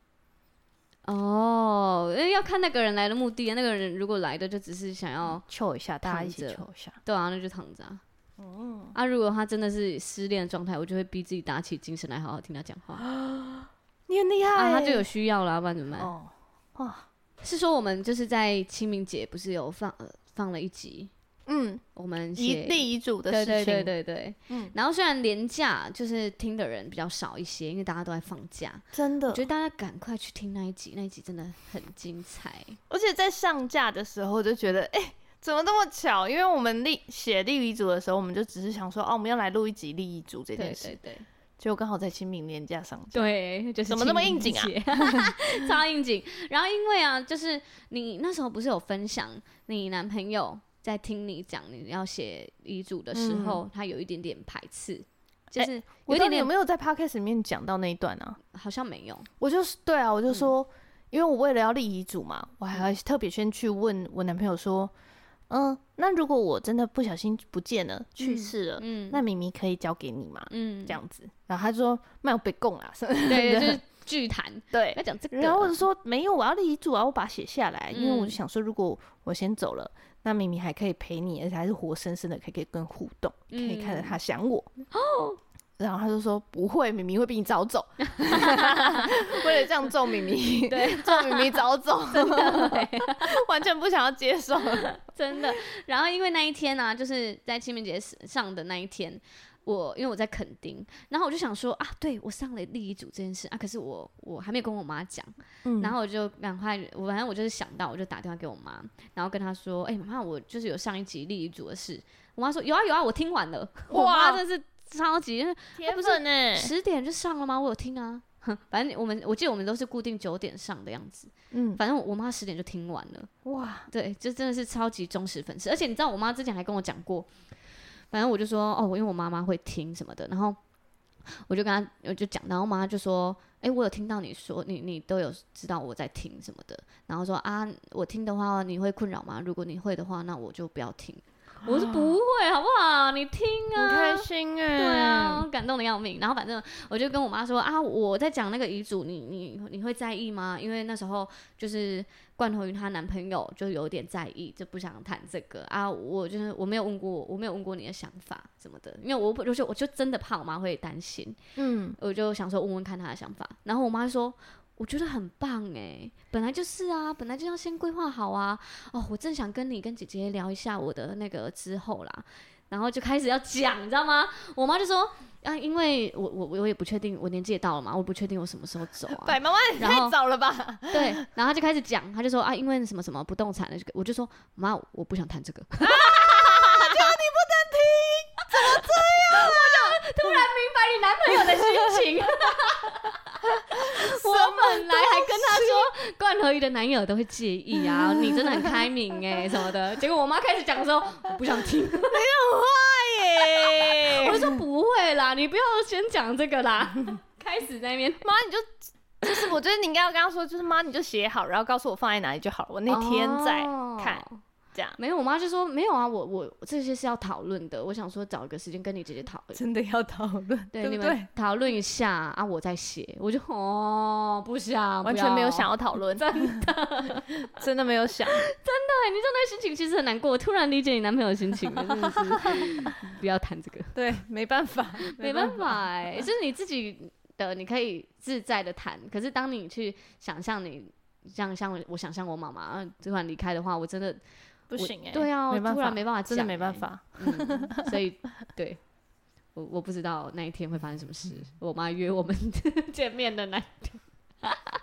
哦，要看那个人来的目的。那个人如果来的就只是想要求一下，大家一起求一下， 对啊，那就躺着啊。哦，啊，如果他真的是失恋的状态，我就会逼自己打起精神来，好好听他讲话。 你很厉害、欸、 啊，他就有需要了，不然怎么办？哦，哇，是说我们就是在清明节不是有放、呃、放了一集？嗯，我们写立遗嘱的事情， 对对对对对，嗯，然后虽然连假就是听的人比较少一些，因为大家都在放假， 真的， 我觉得大家赶快去听那一集，那一集真的很精彩。 而且在上架的时候，我就觉得，哎、欸，怎么那么巧？因为我们立写立遗嘱的时候，我们就只是想说，哦，我们要来录一集立遗嘱这件事，对对对，结果刚好在清明连假上架， 对，就是怎么那么应景啊？ 超应景。然后因为啊，就是你那时候不是有分享你男朋友。在听你讲你要写遗嘱的时候、嗯，他有一点点排斥，就是有一点点。有没有在 podcast 里面讲到那一段啊？ 好像没有。 我就是对啊，我就说，嗯、因为我为了要立遗嘱嘛，我还要特别先去问我男朋友说，嗯，那如果我真的不小心不见了、去世了，嗯，那咪咪可以交给你吗？嗯，这样子。然后他就说，没有被供啊， 对，就是剧谈， 对， 要讲这个。 然后我就说，没有，我要立遗嘱啊，我把它写下来、嗯，因为我就想说，如果我先走了。那明明还可以陪你，而且还是活生生的，可以可以跟互动，可以看着他想我。哦、然后他就说不会，明明会比你早走。为了这样揍明明，对，揍明明早走，真的完全不想要接受， 真的。然后因为那一天呢、啊，就是在清明节上的那一天。我因为我在垦丁，然后我就想说啊，对我上了立遗嘱这件事啊，可是我我还没有跟我妈讲、嗯，然后我就赶快，我反正我就是想到，我就打电话给我妈，然后跟她说，哎、欸，妈妈，我就是有上一集立遗嘱的事。我妈说有啊有啊，我听完了。我妈真的是超级铁粉哎， 十点就上了吗？我有听啊，反正我们我记得我们都是固定九点上的样子，嗯，反正我妈十点就听完了。哇，对，就真的是超级忠实粉丝，而且你知道我妈之前还跟我讲过。反正我就说哦，因为我妈妈会听什么的，然后我就跟她我就讲，然后我妈就说，哎、欸，我有听到你说你你都有知道我在听什么的，然后说啊，我听的话你会困扰吗？如果你会的话，那我就不要听。我说不会，好不好？你听啊， 很开心哎、欸， 对啊，感动的要命。然后反正我就跟我妈说啊，我在讲那个遗嘱，你你你会在意吗？因为那时候就是罐头鱼她男朋友就有点在意，就不想谈这个啊。我就是我没有问过，我没有问过你的想法什么的，因为我我就我就真的怕我妈会担心，嗯，我就想说问问看她的想法。然后我妈说。我觉得很棒哎，本来就是啊，本来就要先规划好啊。哦，我正想跟你跟姐姐聊一下我的那个之后啦，然后就开始要讲，你知道吗？我妈就说啊，因为我我我也不确定，我年纪也到了嘛，我不确定我什么时候走啊。 百妈妈也太早了吧？ 对，然后他就开始讲，他就说啊，因为什么什么不动产的，我就说妈，我不想谈这个。啊， 就你不能听，怎么这样啊？ 我就突然明白你男朋友的心情。我本来还跟他说，罐头鱼的男友都会介意啊，你真的很开明哎、欸、什么的。结果我妈开始讲的时候，我不想听。你很坏耶！ 我说不会啦，你不要先讲这个啦。开始在那边， 妈你就就是我觉得你应该要跟他说，就是妈你就写好，然后告诉我放在哪里就好了，我那天再看。哦这样没有，我妈就说没有啊，我我这些是要讨论的，我想说找一个时间跟你姐姐讨论， 真的要讨论， 对， 对你们讨论一下啊，我再写，我就哦不想， 完全没有想要讨论，真的真的没有想，真的，你知道那心情其实很难过，我突然理解你男朋友的心情了，真的是不要谈这个， 对，没办法， 没办法哎、欸，就是你自己的，你可以自在的谈，可是当你去想象你像像我想象我妈妈突然离开的话，我真的。 不行哎、欸， 对啊，突然没办法讲、欸， 真的没办法。 嗯、所以，对我我不知道那一天会发生什么事。我妈约我们见面的那一天，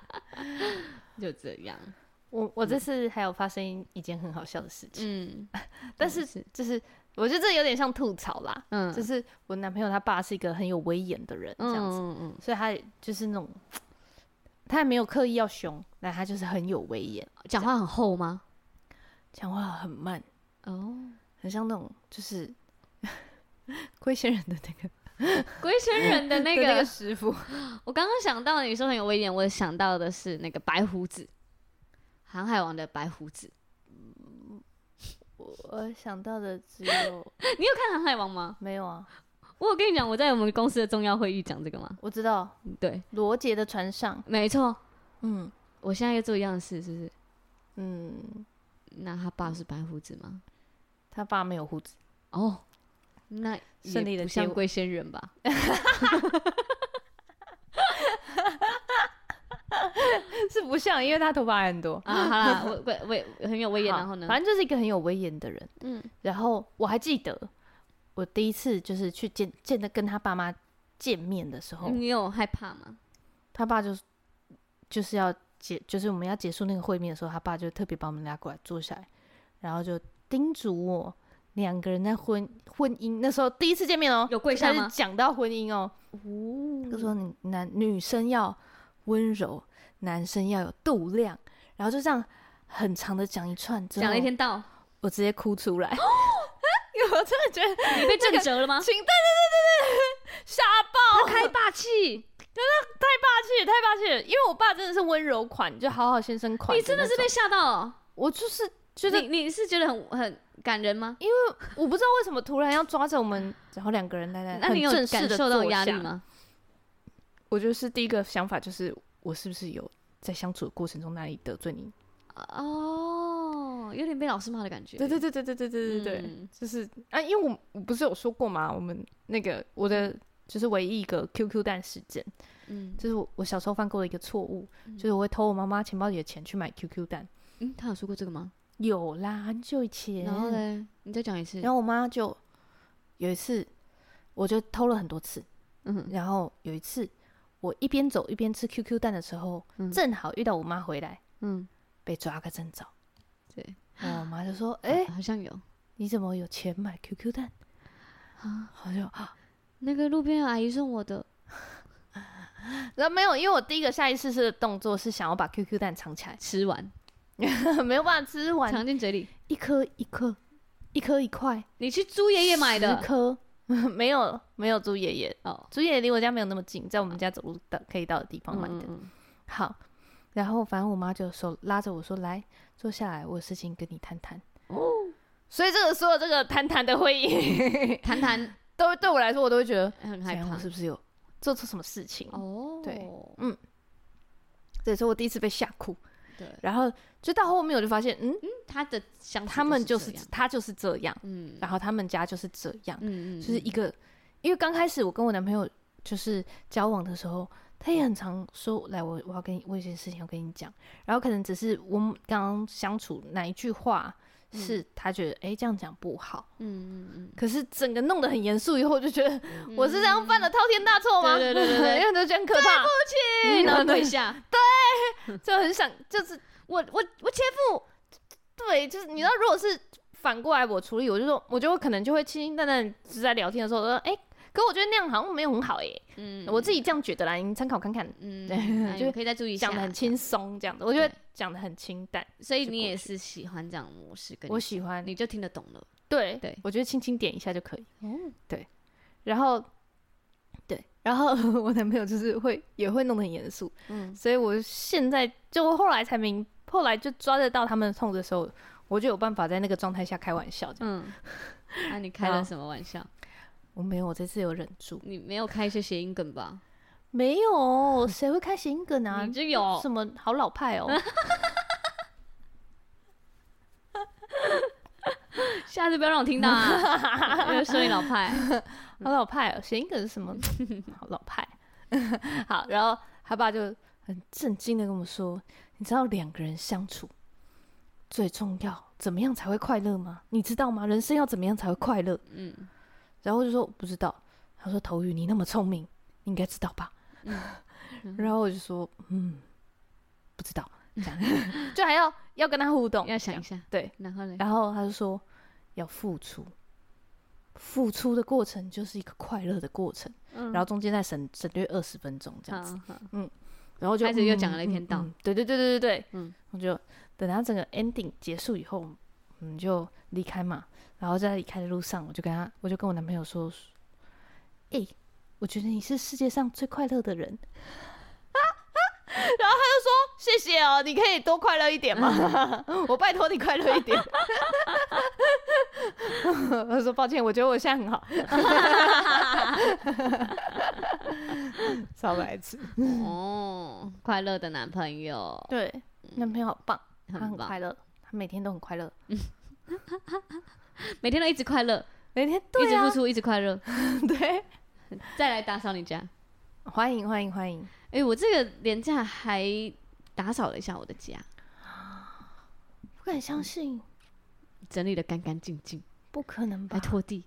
就这样。 我我这次还有发生一件很好笑的事情，嗯，但是就是我觉得这有点像吐槽啦，嗯，就是我男朋友他爸是一个很有威严的人，这样子，嗯嗯，所以他就是那种他也没有刻意要凶，但他就是很有威严。 讲话很厚吗？ 讲话很慢哦，很像那种就是龟仙人的那个龟仙人的那个那个师傅。 我刚刚想到你说很有威严，我想到的是那个白胡子。航海王的白胡子， 我想到的只有你有看航海王吗？ 没有啊。 我有跟你讲我在我们公司的重要会议讲这个吗？ 我知道， 对， 罗杰的船上， 没错。嗯，我现在又做一样的事，是不是？嗯，那他爸是白胡子吗？ 他爸没有胡子。 哦，那也不像龟仙人吧？ 是不像，因为他头发很多啊。好啦，我我我很有威严，然后呢， 反正就是一个很有威严的人。嗯，然后我还记得我第一次就是去见见的跟他爸妈见面的时候， 你有害怕吗？ 他爸就就是要结，就是我们要结束那个会面的时候，他爸就特别把我们拉过来坐下来，然后就叮嘱我两个人在婚婚姻那时候第一次见面哦、喔， 有跪下吗？ 讲到婚姻哦、喔，哦，就说你男女生要温柔。男生要有度量，然后就这样很长的讲一串， 讲了一天到， 我直接哭出来，因为我真的觉得你被震折了吗？ 对对对对对，吓爆！ 他太霸气， 真的太霸气了，太霸气了！因为我爸真的是温柔款，就好好先生款。 你真的是被吓到哦！ 我就是觉得你你是觉得很很感人吗？ 因为我不知道为什么突然要抓着我们，然后两个人来来， 那你有感受到压力吗？ 我就是第一个想法就是。我是不是有在相处的过程中哪里得罪你？ 哦，有点被老师骂的感觉。 对对对对对对对对对，嗯、就是啊，因为我我不是有说过吗？我们那个我的就是唯一一个 Q Q 弹事件，嗯，就是我我小时候犯过的一个错误，嗯、就是我会偷我妈妈钱包里的钱去买 Q Q 弹。 嗯，他有说过这个吗？ 有啦，很久以前。 然后呢，你再讲一次。 然后我妈就有一次，我就偷了很多次，嗯，然后有一次。我一边走一边吃 Q Q 蛋的时候，嗯、正好遇到我妈回来，嗯，被抓个正着。 对， 我妈就说：“哎、欸， 好像有， 你怎么有钱买 Q Q 蛋？”啊，好像啊， 那个路边阿姨送我的。 然后没有，因为我第一个下意识的动作是想要把 Q Q 蛋藏起来， 吃完， 没有办法吃完， 藏进嘴里， 一颗一颗，一颗一块。 你去猪爷爷买的？ 十颗。没有没有猪爷爷哦，猪爷爷离我家没有那么近，在我们家走路的可以到的地方买的。嗯嗯好，然后反正我妈就手拉着我说：“来，坐下来，我有事情跟你谈谈。”哦，所以这个所有这个谈谈的会议， 谈谈都对我来说，我都会觉得很害怕， 我是不是有做错什么事情？哦，对，嗯，对，所以我第一次被吓哭。对，然后就到后面我就发现，嗯，嗯他的相他们就是他就是这样，嗯，然后他们家就是这样，嗯嗯，就是一个，因为刚开始我跟我男朋友就是交往的时候，他也很常说，来我我要跟你我有些事情要跟你讲，然后可能只是我们刚刚相处哪一句话是他觉得哎、嗯欸、这样讲不好，嗯嗯嗯，可是整个弄得很严肃以后，我就觉得我是这样犯了滔天大错吗？ 对对对对， 因为都觉得很可怕， 对不起，然后跪下， 对，就很想就是我我我切腹，对，就是你知道，如果是反过来我处理，我就说，我就可能就会清清淡淡只在聊天的时候说，哎、欸。可我觉得那样好像没有很好哎、欸，嗯，我自己这样觉得啦，你参考看看，嗯，对， 就可以再注意一下， 讲得很轻松这样的，我觉得讲得很清淡， 所以你也是喜欢这样的模式跟你， 我喜欢， 你就听得懂了， 对对，我觉得轻轻点一下就可以，嗯，对，然后对，然后我男朋友就是会也会弄得很严肃，嗯，所以我现在就后来才明，后来就抓得到他们痛的时候，我就有办法在那个状态下开玩笑这样，嗯， 那、啊、你开了什么玩笑？ 我没有，我这次有忍住。 你没有开一些谐音梗吧？ 没有，谁会开谐音梗啊？ 你就有什么好老派哦、喔！ 下次不要让我听到啊！因为说你老派， 好老派哦、喔！谐音梗是什么？好老派。好，然后他爸就很震惊的跟我说：“你知道两个人相处最重要，怎么样才会快乐吗？你知道吗？人生要怎么样才会快乐？”嗯。然后我就说我不知道，他说头语你那么聪明，你应该知道吧？嗯嗯、然后我就说嗯，不知道。 这样就还要要跟他互动， 要想一下， 对， 然后呢？ 然后他就说要付出，付出的过程就是一个快乐的过程，嗯、然后中间再省省略二十分钟这样子，嗯，然后就开始又讲了一篇道、 嗯嗯，对对对对对对，嗯，我就等他整个 ending 结束以后，我们就离开嘛，然后在离开的路上，我就跟他，我就跟我男朋友说，哎、欸，我觉得你是世界上最快乐的人。然后他就说：“谢谢哦，你可以多快乐一点吗？我拜托你快乐一点。”我说：“抱歉，我觉得我现在很好。”超白痴哦，快乐的男朋友， 对，男朋友好棒，他很快乐，他每天都很快乐， 每天都一直快乐， 每天对、啊、 一直付出，一直快乐。 对， 再来打扫你家， 欢迎欢迎欢迎。 哎、欸，我这个连假还打扫了一下我的家， 不敢相信， 整理得干干净净， 不可能吧？ 还拖地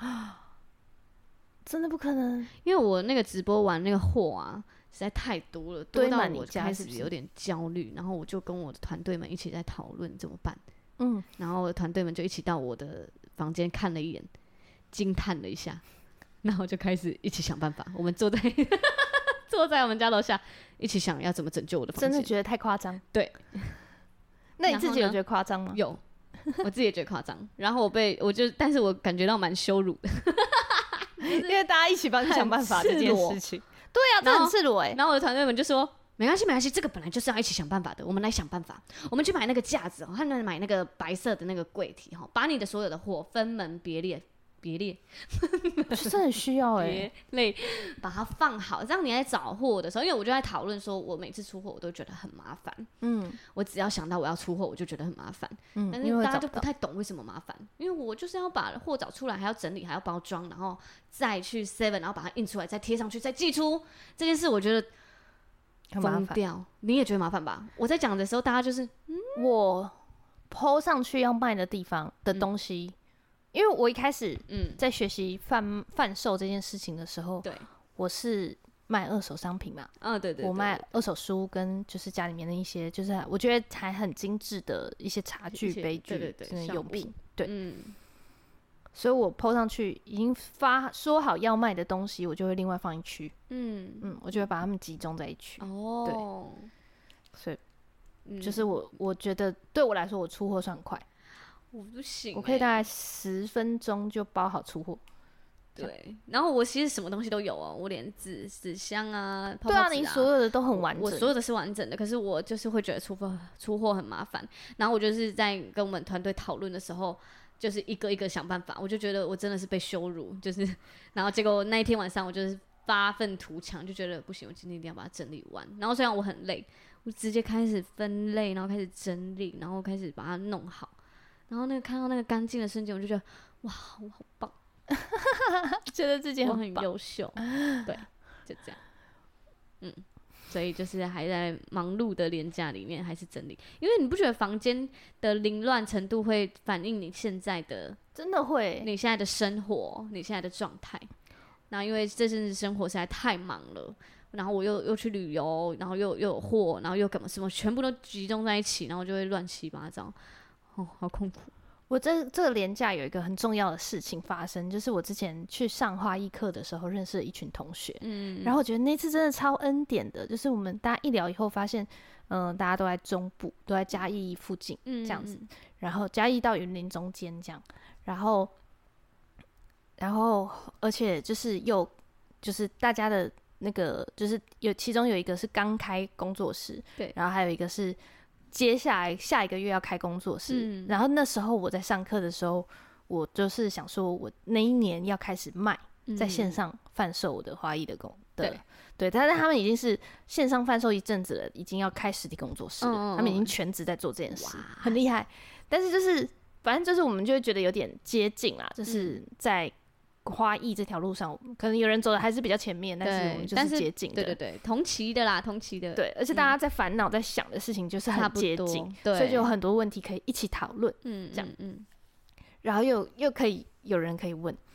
真的不可能， 因为我那个直播完那个货啊，实在太多了，多到我开始有点焦虑，然后我就跟我的团队们一起在讨论怎么办。嗯，然后团队们就一起到我的房间看了一眼，惊叹了一下，然后就开始一起想办法。我们坐在坐在我们家楼下，一起想要怎么拯救我的房间。 真的觉得太夸张。 对。 那你自己有觉得夸张吗？ 有，我自己也觉得夸张。然后我被我就，但是我感觉到蛮羞辱的， 因为大家一起帮你想办法这件事情。对啊，这很赤裸哎。 然后我的团队们就说：“没关系，没关系，这个本来就是要一起想办法的，我们来想办法。我们去买那个架子，他们买那个白色的那个柜体，把你的所有的货分门别列。”别列， 是很需要哎、 欸，类把它放好，这样你在找货的时候，因为我就在讨论说，我每次出货我都觉得很麻烦，嗯，我只要想到我要出货，我就觉得很麻烦，嗯，但是大家就不太懂为什么麻烦，因为我就是要把货找出来，还要整理，还要包装，然后再去 seven， 然后把它印出来，再贴上去，再寄出这件事，我觉得疯掉。你也觉得麻烦吧？我在讲的时候，大家就是， 嗯、我 po 上去要卖的地方的东西。嗯，因为我一开始在学习贩贩售这件事情的时候，对，我是卖二手商品嘛， 嗯、哦，对 对, 对， 我卖二手书跟就是家里面的一些，就是我觉得还很精致的一些茶具、杯具、对对对用品，对，嗯，所以我 po 上去已经发说好要卖的东西，我就会另外放一区，嗯嗯，我就会把它们集中在一区，哦，对，所以、嗯、就是我我觉得对我来说，我出货算快。 我不行、欸， 我可以大概十分钟就包好出货。 对，然后我其实什么东西都有哦，我连纸纸箱啊，泡泡对啊，你所有的都很完整， 我, 我所有的是完整的，可是我就是会觉得出货出货很麻烦。然后我就是在跟我们团队讨论的时候，就是一个一个想办法。我就觉得我真的是被羞辱，就是，然后结果那一天晚上我就是发愤图强，就觉得不行，我今天一定要把它整理完。然后虽然我很累，我直接开始分类，然后开始整理，然后开始把它弄好。然后那个看到那个干净的瞬间，我就觉得哇，我好棒， 觉得自己很我很优秀，对，就这样，嗯，所以就是还在忙碌的连假里面，还是整理，因为你不觉得房间的凌乱程度会反映你现在的， 真的会， 你现在的生活，你现在的状态。然后因为这阵子生活实在太忙了，然后我又又去旅游，然后又又有货，然后又干嘛什么，全部都集中在一起，然后就会乱七八糟。哦，好痛苦！ 我这这个连假有一个很重要的事情发生，就是我之前去上花艺课的时候认识了一群同学，嗯，然后我觉得那次真的超恩典的，就是我们大家一聊以后发现，嗯、呃，大家都在中部，都在嘉义附近这样子，嗯、然后嘉义到云林中间这样，然后，然后而且就是又就是大家的那个就是有其中有一个是刚开工作室，对，然后还有一个是。接下来下一个月要开工作室、嗯，然后那时候我在上课的时候，我就是想说，我那一年要开始卖，嗯、在线上贩售我的花艺的工的，对，对，但是他们已经是线上贩售一阵子了，已经要开实体工作室了，嗯、他们已经全职在做这件事，很厉害。但是就是反正就是我们就会觉得有点接近啦，就是在。花艺这条路上，可能有人走的还是比较前面，但是我们就是接近的， 对对对，同期的啦，同期的， 对，而且大家在烦恼、在想的事情就是很接近，所以就有很多问题可以一起讨论，嗯，这样，嗯，然后又又可以有人可以问，嗯，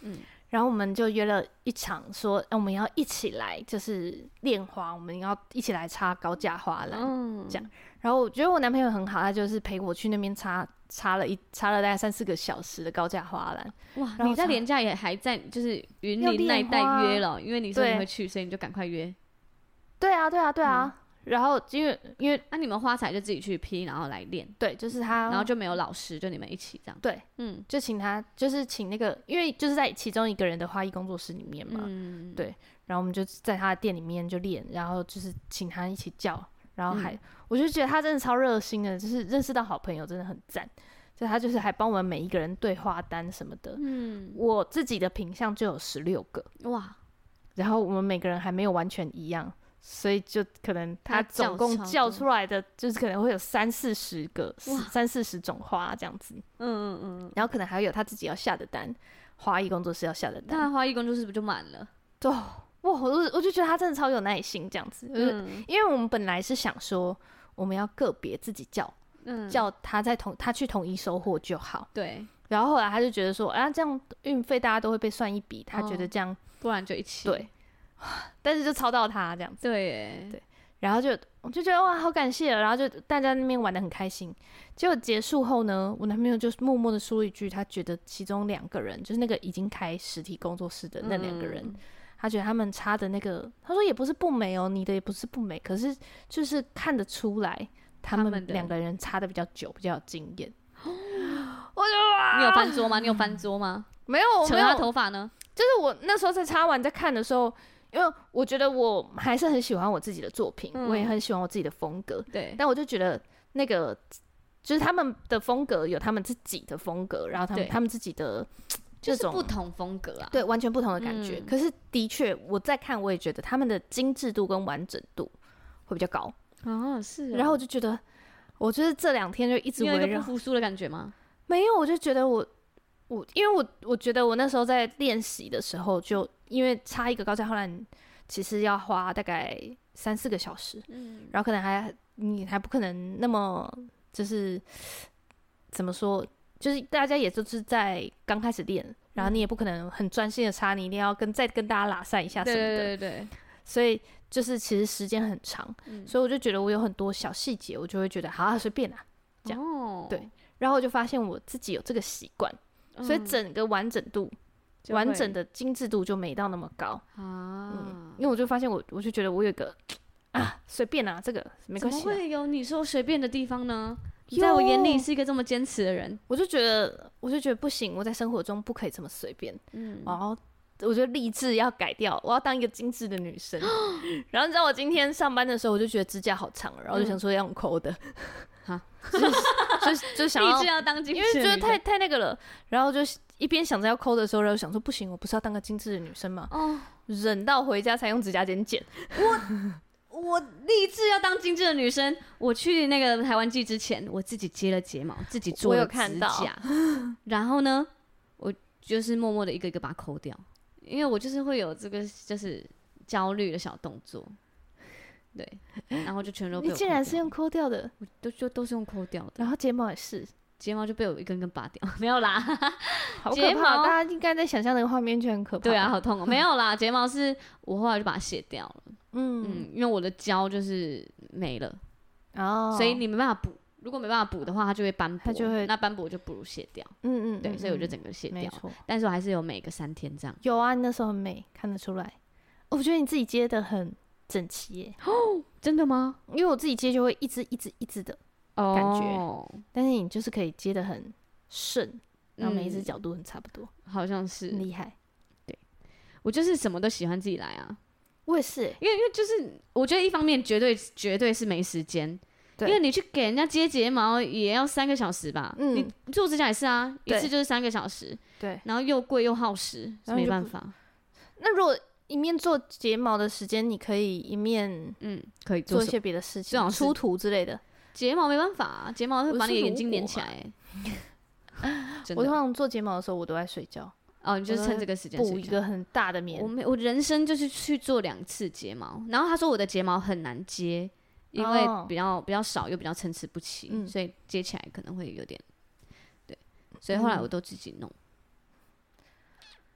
然后我们就约了一场说，说、呃、我们要一起来，就是练花，我们要一起来插高架花篮，嗯，这样。然后我觉得我男朋友很好，他就是陪我去那边插，插了一插了大概三四个小时的高架花篮。 哇，你在连假也还在就是云林那一带约了，因为你说你会去，所以你就赶快约。 对啊，对啊，对啊。嗯，然后因为因为那、啊、你们花材就自己去批，然后来练。 对，就是他， 然后就没有老师，就你们一起这样。 对，嗯，就请他，就是请那个，因为就是在其中一个人的花艺工作室里面嘛，嗯，对。然后我们就在他的店里面就练，然后就是请他一起教，然后还、嗯、我就觉得他真的超热心的，就是认识到好朋友真的很赞。所以他就是还帮我们每一个人对花单什么的。嗯，我自己的品项就有十六个，哇，然后我们每个人还没有完全一样。所以就可能他总共叫出来的就是可能会有三四十个三四十种花这样子，嗯嗯嗯，然后可能还有他自己要下的单，花艺工作室要下的单， 那花艺工作室不就满了？ 对，哇，我我就觉得他真的超有耐心这样子，嗯，因为我们本来是想说我们要个别自己叫，嗯，叫他在统他去统一收货就好，对，然后后来他就觉得说，啊，这样运费大家都会被算一笔，他觉得这样、哦、 不然就一起， 对。但是就抄到他这样子， 对耶对，然后就我就觉得哇，好感谢，然后就大家那边玩得很开心。结果结束后呢，我男朋友就默默的说了一句，他觉得其中两个人，就是那个已经开实体工作室的那两个人、嗯，他觉得他们插的那个，他说也不是不美哦，你的也不是不美，可是就是看得出来他们两个人插的比较久，比较有经验。我就哇， 你有翻桌吗？你有翻桌吗？ 没有， 扯他的头发呢？ 就是我那时候在插完在看的时候。因为我觉得我还是很喜欢我自己的作品、嗯、我也很喜欢我自己的风格，对，但我就觉得那个就是他们的风格有他们自己的风格，然后他们他们自己的这种、 就是不同风格啊， 对，完全不同的感觉、嗯、可是的确我在看我也觉得他们的精致度跟完整度会比较高啊，是、哦、 然后我就觉得我就是这两天就一直围绕， 你有一个不服输的感觉吗？ 没有，我就觉得我我因为我我觉得我那时候在练习的时候就因为插一个高架花篮其实要花大概三四个小时，嗯，然后可能还你还不可能那么就是怎么说，就是大家也就是在刚开始练，然后你也不可能很专心的插，你一定要跟再跟大家拉散一下什么的，对对对对，所以就是其实时间很长、嗯，所以我就觉得我有很多小细节，我就会觉得好啊随便啊这样、哦，对，然后我就发现我自己有这个习惯、嗯，所以整个完整度。完整的精致度就没到那么高啊、嗯，因为我就发现我，我就觉得我有一个啊，随便啊，这个没关系。 怎么会有你说随便的地方呢？你在我眼里是一个这么坚持的人， 我就觉得，我就觉得不行，我在生活中不可以这么随便。嗯，然后我就立志要改掉，我要当一个精致的女生。然后你知道我今天上班的时候，我就觉得指甲好长，然后就想说要用抠的。哈、嗯，就就就想要立志要当精致的女生， 因为觉得太太那个了，然后就。一边想着要抠的时候，然后想说不行，我不是要当个精致的女生吗？哦，忍到回家才用指甲剪剪。 我我立志要当精致的女生。我去那个台湾季之前，我自己接了睫毛，自己做了指甲。然后呢，我就是默默的一个一个把它抠掉，因为我就是会有这个就是焦虑的小动作。对，然后就全都被我抠掉。 你竟然是用抠掉的？ 我都就都是用抠掉的， 然后睫毛也是。 睫毛就被我一根根拔掉，没有啦， 好可怕！大家应该在想象那个画面就很可怕。 对啊，好痛哦、喔！没有啦，睫毛是我后来就把它卸掉了。嗯嗯，因为我的胶就是没了哦，所以你没办法补。如果没办法补的话，它就会斑驳，它就会那斑驳就不如卸掉。嗯嗯，对，所以我就整个卸掉。但是我还是有每个三天这样。 有啊，你那时候很美，看得出来。我觉得你自己接的很整齐耶。 哦，真的吗？ 因为我自己接就会一直一直一直的。感觉、oh. 但是你就是可以接得很顺，然后每一只角度很差不多、 嗯、好像是厉害。 对，我就是什么都喜欢自己来啊。 我也是， 因为因为就是我觉得一方面绝对绝对是没时间，因为你去给人家接睫毛也要三个小时吧，嗯，你做指甲也是啊，一次就是三个小时，对，然后又贵又耗时，没办法。 那如果一面做睫毛的时间，你可以一面嗯可以做一些别的事情，出图之类的。 睫毛没办法、啊，睫毛会把你的眼睛连起来、欸。 我通常做睫毛的时候，我都在睡觉。 哦，你就是趁这个时间补一个很大的棉。 我没，我人生就是去做两次睫毛，然后他说我的睫毛很难接，因为比较、哦、比较少又比较参差不齐、嗯，所以接起来可能会有点对，所以后来我都自己弄。嗯、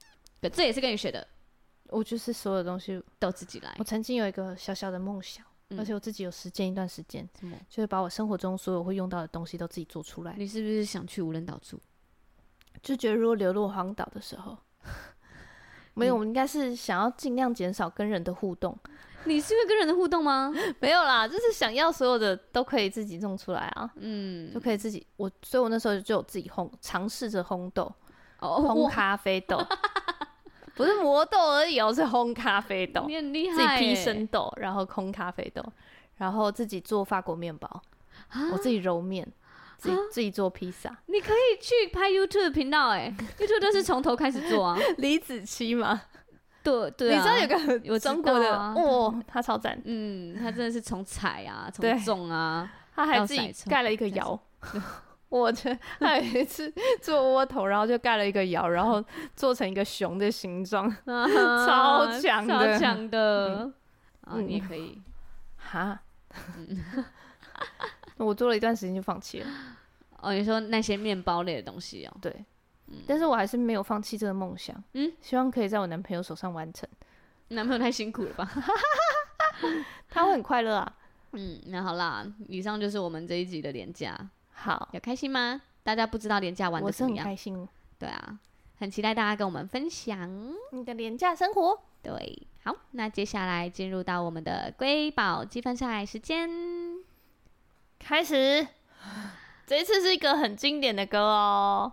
对，这也是跟你学的。 我就是所有东西都自己来。 我曾经有一个小小的梦想，嗯、而且我自己有实践一段时间， 什么？ 就是把我生活中所有会用到的东西都自己做出来。 你是不是想去无人岛住？ 就觉得如果流落荒岛的时候，没有，我们应该是想要尽量减少跟人的互动。 你是会跟人的互动吗？ 没有啦，就是想要所有的都可以自己弄出来啊，嗯，就可以自己我，所以我那时候就有自己烘，尝试着烘豆，哦，烘咖啡豆。不是磨豆而已哦，是烘咖啡豆。 你很厉害， 自己批生豆，然后烘咖啡豆，然后自己做法国面包，我自己揉面，自己自己做披萨。 你可以去拍 YouTube 频道哎，YouTube 就是从头开始做啊。 李子柒吗？ 对对啊， 你知道有个有中国的哦，他超赞。 嗯，他真的是从采啊，从种啊， 他还自己盖了一个窑。我觉得他有一次做窝头，然后就盖了一个窑，然后做成一个熊的形状，啊、超强的， 超强的。嗯、啊，你也可以哈。嗯、我做了一段时间就放弃了。 哦，你说那些面包类的东西哦？ 对，嗯、但是我还是没有放弃这个梦想。嗯，希望可以在我男朋友手上完成。 男朋友太辛苦了吧？ 他会很快乐啊。 嗯，那好啦，以上就是我们这一集的连假。 好， 有开心吗？大家不知道连假玩的怎么样？ 我是很开心。 对啊，很期待大家跟我们分享你的连假生活。 对，好，那接下来进入到我们的瑰宝积分赛时间， 开始。这一次是一个很经典的歌哦。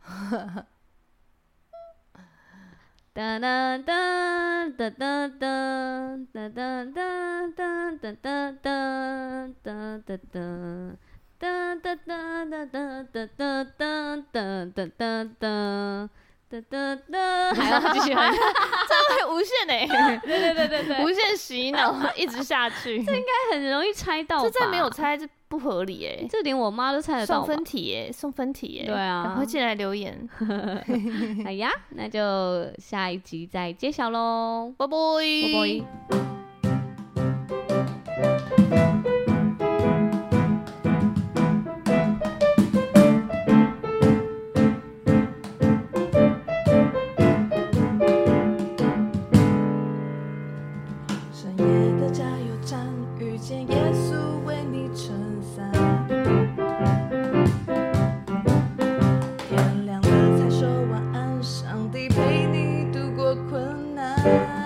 哒哒哒哒哒哒哒哒哒哒哒哒哒哒哒哒。哒哒哒哒哒哒哒哒哒哒哒哒哒哒，还要继续哼， 这会无限哎、欸！ 对对对对对， 无限洗脑，一直下去。 这应该很容易猜到吧？ 这再没有猜，这不合理哎、欸！ 这连我妈都猜得到。 送分题哎、欸，送分题哎、欸！ 对啊， 赶快进来留言。 哎呀，那就下一集再揭晓喽， 拜拜拜拜。 天亮了才说晚安，上帝陪你度过困难。